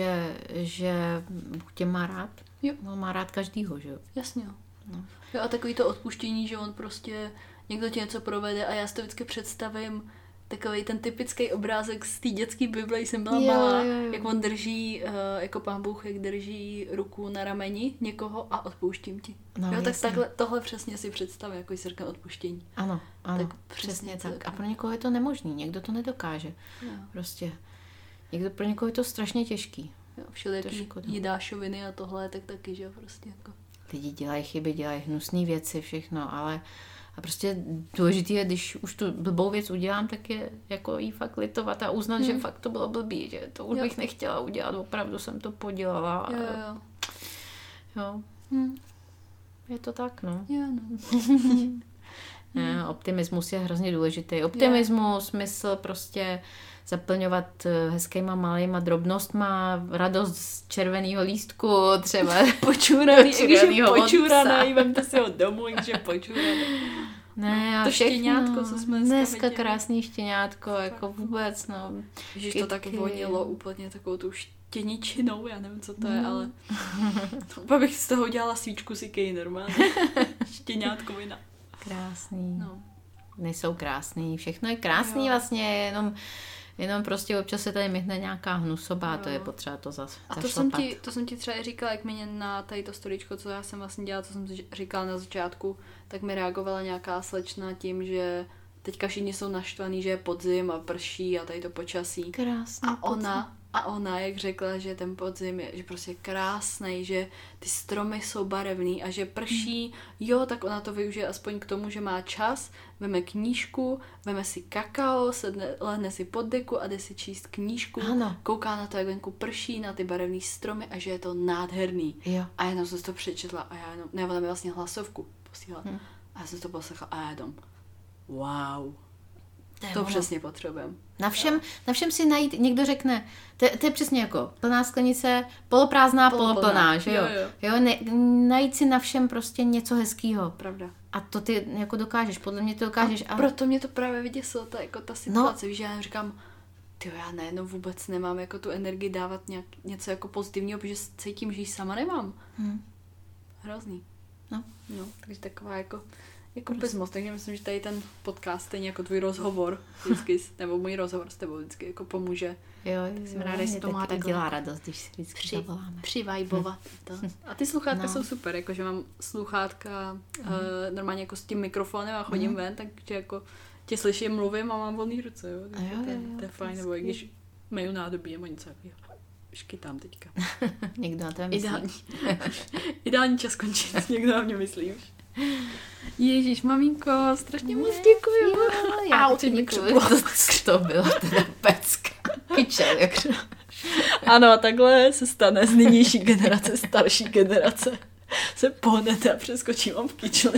Že Bůh tě má rád.
Jo.
No, má rád každýho, že jo.
Jasně.
No.
Jo, a takový to odpuštění, že on prostě někdo ti něco provede a já si to vždycky představím, takový ten typický obrázek z té dětské Bible, jsem byla malá, jak on drží, jako Pán Bůh, jak drží ruku na rameni někoho a odpouštím ti.
No,
jo, tak tohle přesně si představím, jako říkám odpuštění.
Ano,
tak
přesně tak. A pro někoho je to nemožný, někdo to nedokáže.
Jo.
Prostě. Pro někoho je to strašně těžký.
Jo, všelijaký jídášoviny a tohle, tak taky, že jo, prostě jako.
Lidi dělají chyby, dělají hnusné věci, všechno, ale a prostě důležité je, když už tu blbou věc udělám, tak je jako jí fakt litovat a uznat, že fakt to bylo blbý, že to už bych nechtěla udělat, opravdu jsem to podělala. Jo. Je to tak, no.
Jo, no.
Optimismus je hrozně důležitý. Optimismus, smysl prostě zaplňovat hezkýma malýma drobnostma, radost z červeného lístku, třeba
počuraný, vemte si ho domů, když je počuraný.
Ne, a
to
všechno.
štěňátko, co jsme
dneska krásný štěňátko, jako vůbec, no.
Ježiš, to tak vonilo úplně takovou tu štěničinou, já nevím, co to je, ale to bych z toho udělala svíčku si kej normálně. Štěňátkovina.
Krásný.
No.
Nejsou krásný, všechno je krásný vlastně, jenom prostě občas se tady myhne nějaká hnusoba a to je potřeba to zašlapat.
A to jsem ti třeba říkala, jak mě na tady to storičko, co já jsem vlastně dělala, co jsem říkala na začátku, tak mi reagovala nějaká slečna tím, že teďka všichni jsou naštvaný, že je podzim a prší a tady to počasí.
Krásný
A ona, jak řekla, že ten podzim je že prostě krásnej, že ty stromy jsou barevný a že prší, tak ona to využije aspoň k tomu, že má čas, veme knížku, veme si kakao, lehne si pod deku a jde si číst knížku, kouká na to, jak venku prší, na ty barevný stromy a že je to nádherný.
Jo.
A jenom jsem to přečetla a ona mi vlastně hlasovku posílala. A já jsem to poslechla a já jenom wow. To přesně potřebujeme.
Na všem si najít, někdo řekne, to je přesně jako plná sklenice, poloprázdná, poloplná, že jo? Jo najít si na všem prostě něco hezkýho.
Pravda.
A to ty jako dokážeš, podle mě to dokážeš.
A proto mě to právě vyděsilo, ta situace, víš, já říkám, tyjo, já ne, vůbec nemám jako tu energii dávat něco jako pozitivního, protože cítím, že ji sama nemám. Hrozný.
No,
takže taková jako bezmoc, takže myslím, že tady ten podcast stejně jako tvůj rozhovor vždycky, nebo můj rozhovor s tebou vždycky jako pomůže.
Jo,
jsem ráda, že to má
tak dělá radost, když si vždycky zavoláme.
Přivajbovat to. A ty sluchátka jsou super, jakože mám sluchátka normálně jako s tím mikrofonem a chodím ven, takže jako tě slyším, mluvím a mám volný ruce, jo. To je fajn, nebo i když mají nádobí nebo něco takového. Škytám teďka.
Někdo na to myslí.
Ideální čas končit, někdo na mě myslí už. Ježíš, maminko, strašně moc děkuju.
Já ti děkuju. To bylo teda pecka. Kyčel, jak
Ano, takhle se stane z nynější generace, starší generace. Se pohnete a přeskočí vám v kyčli.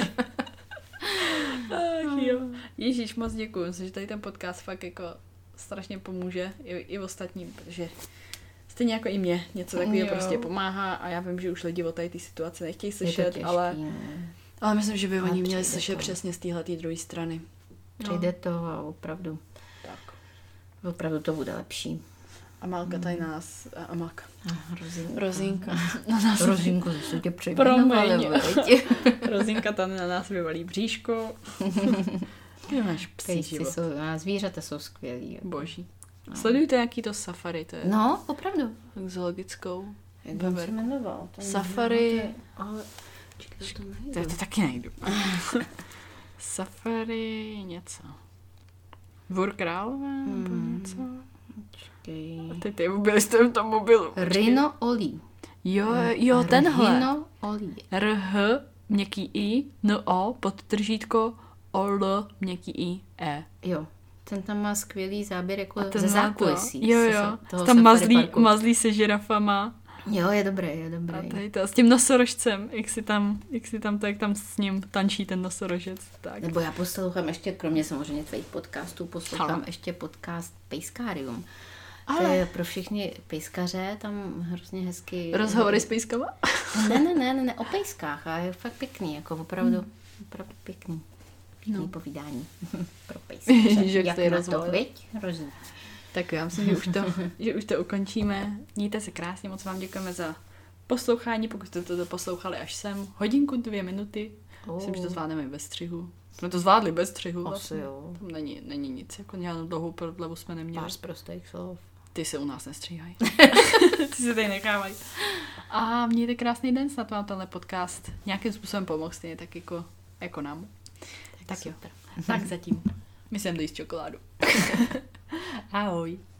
Ach jo. Ježíš, moc děkuju. Myslím, že tady ten podcast fakt jako strašně pomůže i ostatním, protože stejně jako i mě něco takového prostě pomáhá a já vím, že už lidi o tady ty situace nechtějí slyšet, ale myslím, že by oni měli slyšet přesně z téhletý druhé strany.
Přijde to a opravdu.
Tak.
Opravdu to bude lepší.
Amálka tady na nás... Amálka.
Rozinka.
Na nás
Rozinku zase tě přejmenovali.
Rozinka tady na nás vyvalí bříško. Ty máš psí život.
Zvířata jsou skvělý.
Boží. Sledujte nějaký to safari, to je...
No, opravdu.
Zoologickou.
Jak jsem se jmenoval?
Safari...
Ale...
To taky nejdu. Safari něco. Dvůr Králové nebo něco. Ty byli jste v tom mobilu.
Rhino Oli.
Jo, tenhle.
Rhino Oli.
RH, měkký I, NO, podtržítko, OL, měkký I, E.
Jo. Ten tam má skvělý záběr jako ze zákulisí.
Jo. Tam mazlí se žirafama.
Jo, je dobrý.
A tady to, s tím nosorožcem, jak tam s ním tančí ten nosorožec. Tak.
Nebo já poslouchám ještě, kromě samozřejmě tvých podcastů, ještě podcast Pejskárium. To je pro všechny pejskaře, tam hrozně hezky...
Rozhovory s pejskama?
Ne, o pejskách a je fakt pěkný, jako opravdu pěkný. Pěkný povídání pro pejskaře. Jak na to, viď?
Tak já myslím, že už to ukončíme. Mějte se krásně, moc vám děkujeme za poslouchání, pokud jste to poslouchali až sem. 1:02 minuty. Myslím, že to zvládneme bez střihu. Jsme to zvládli bez střihu.
Vlastně. Tam
není nic, jako žádnou dlouhou prodlevu jsme neměli.
Pár z prostých slov.
Ty se u nás nestříhají. Ty se tady nechávají. A mějte krásný den, snad vám tenhle podcast nějakým způsobem pomohl, stejně tak jako nám. Tak jo. Tak zatím. My jsem dojíst čokoládu. Ahoj.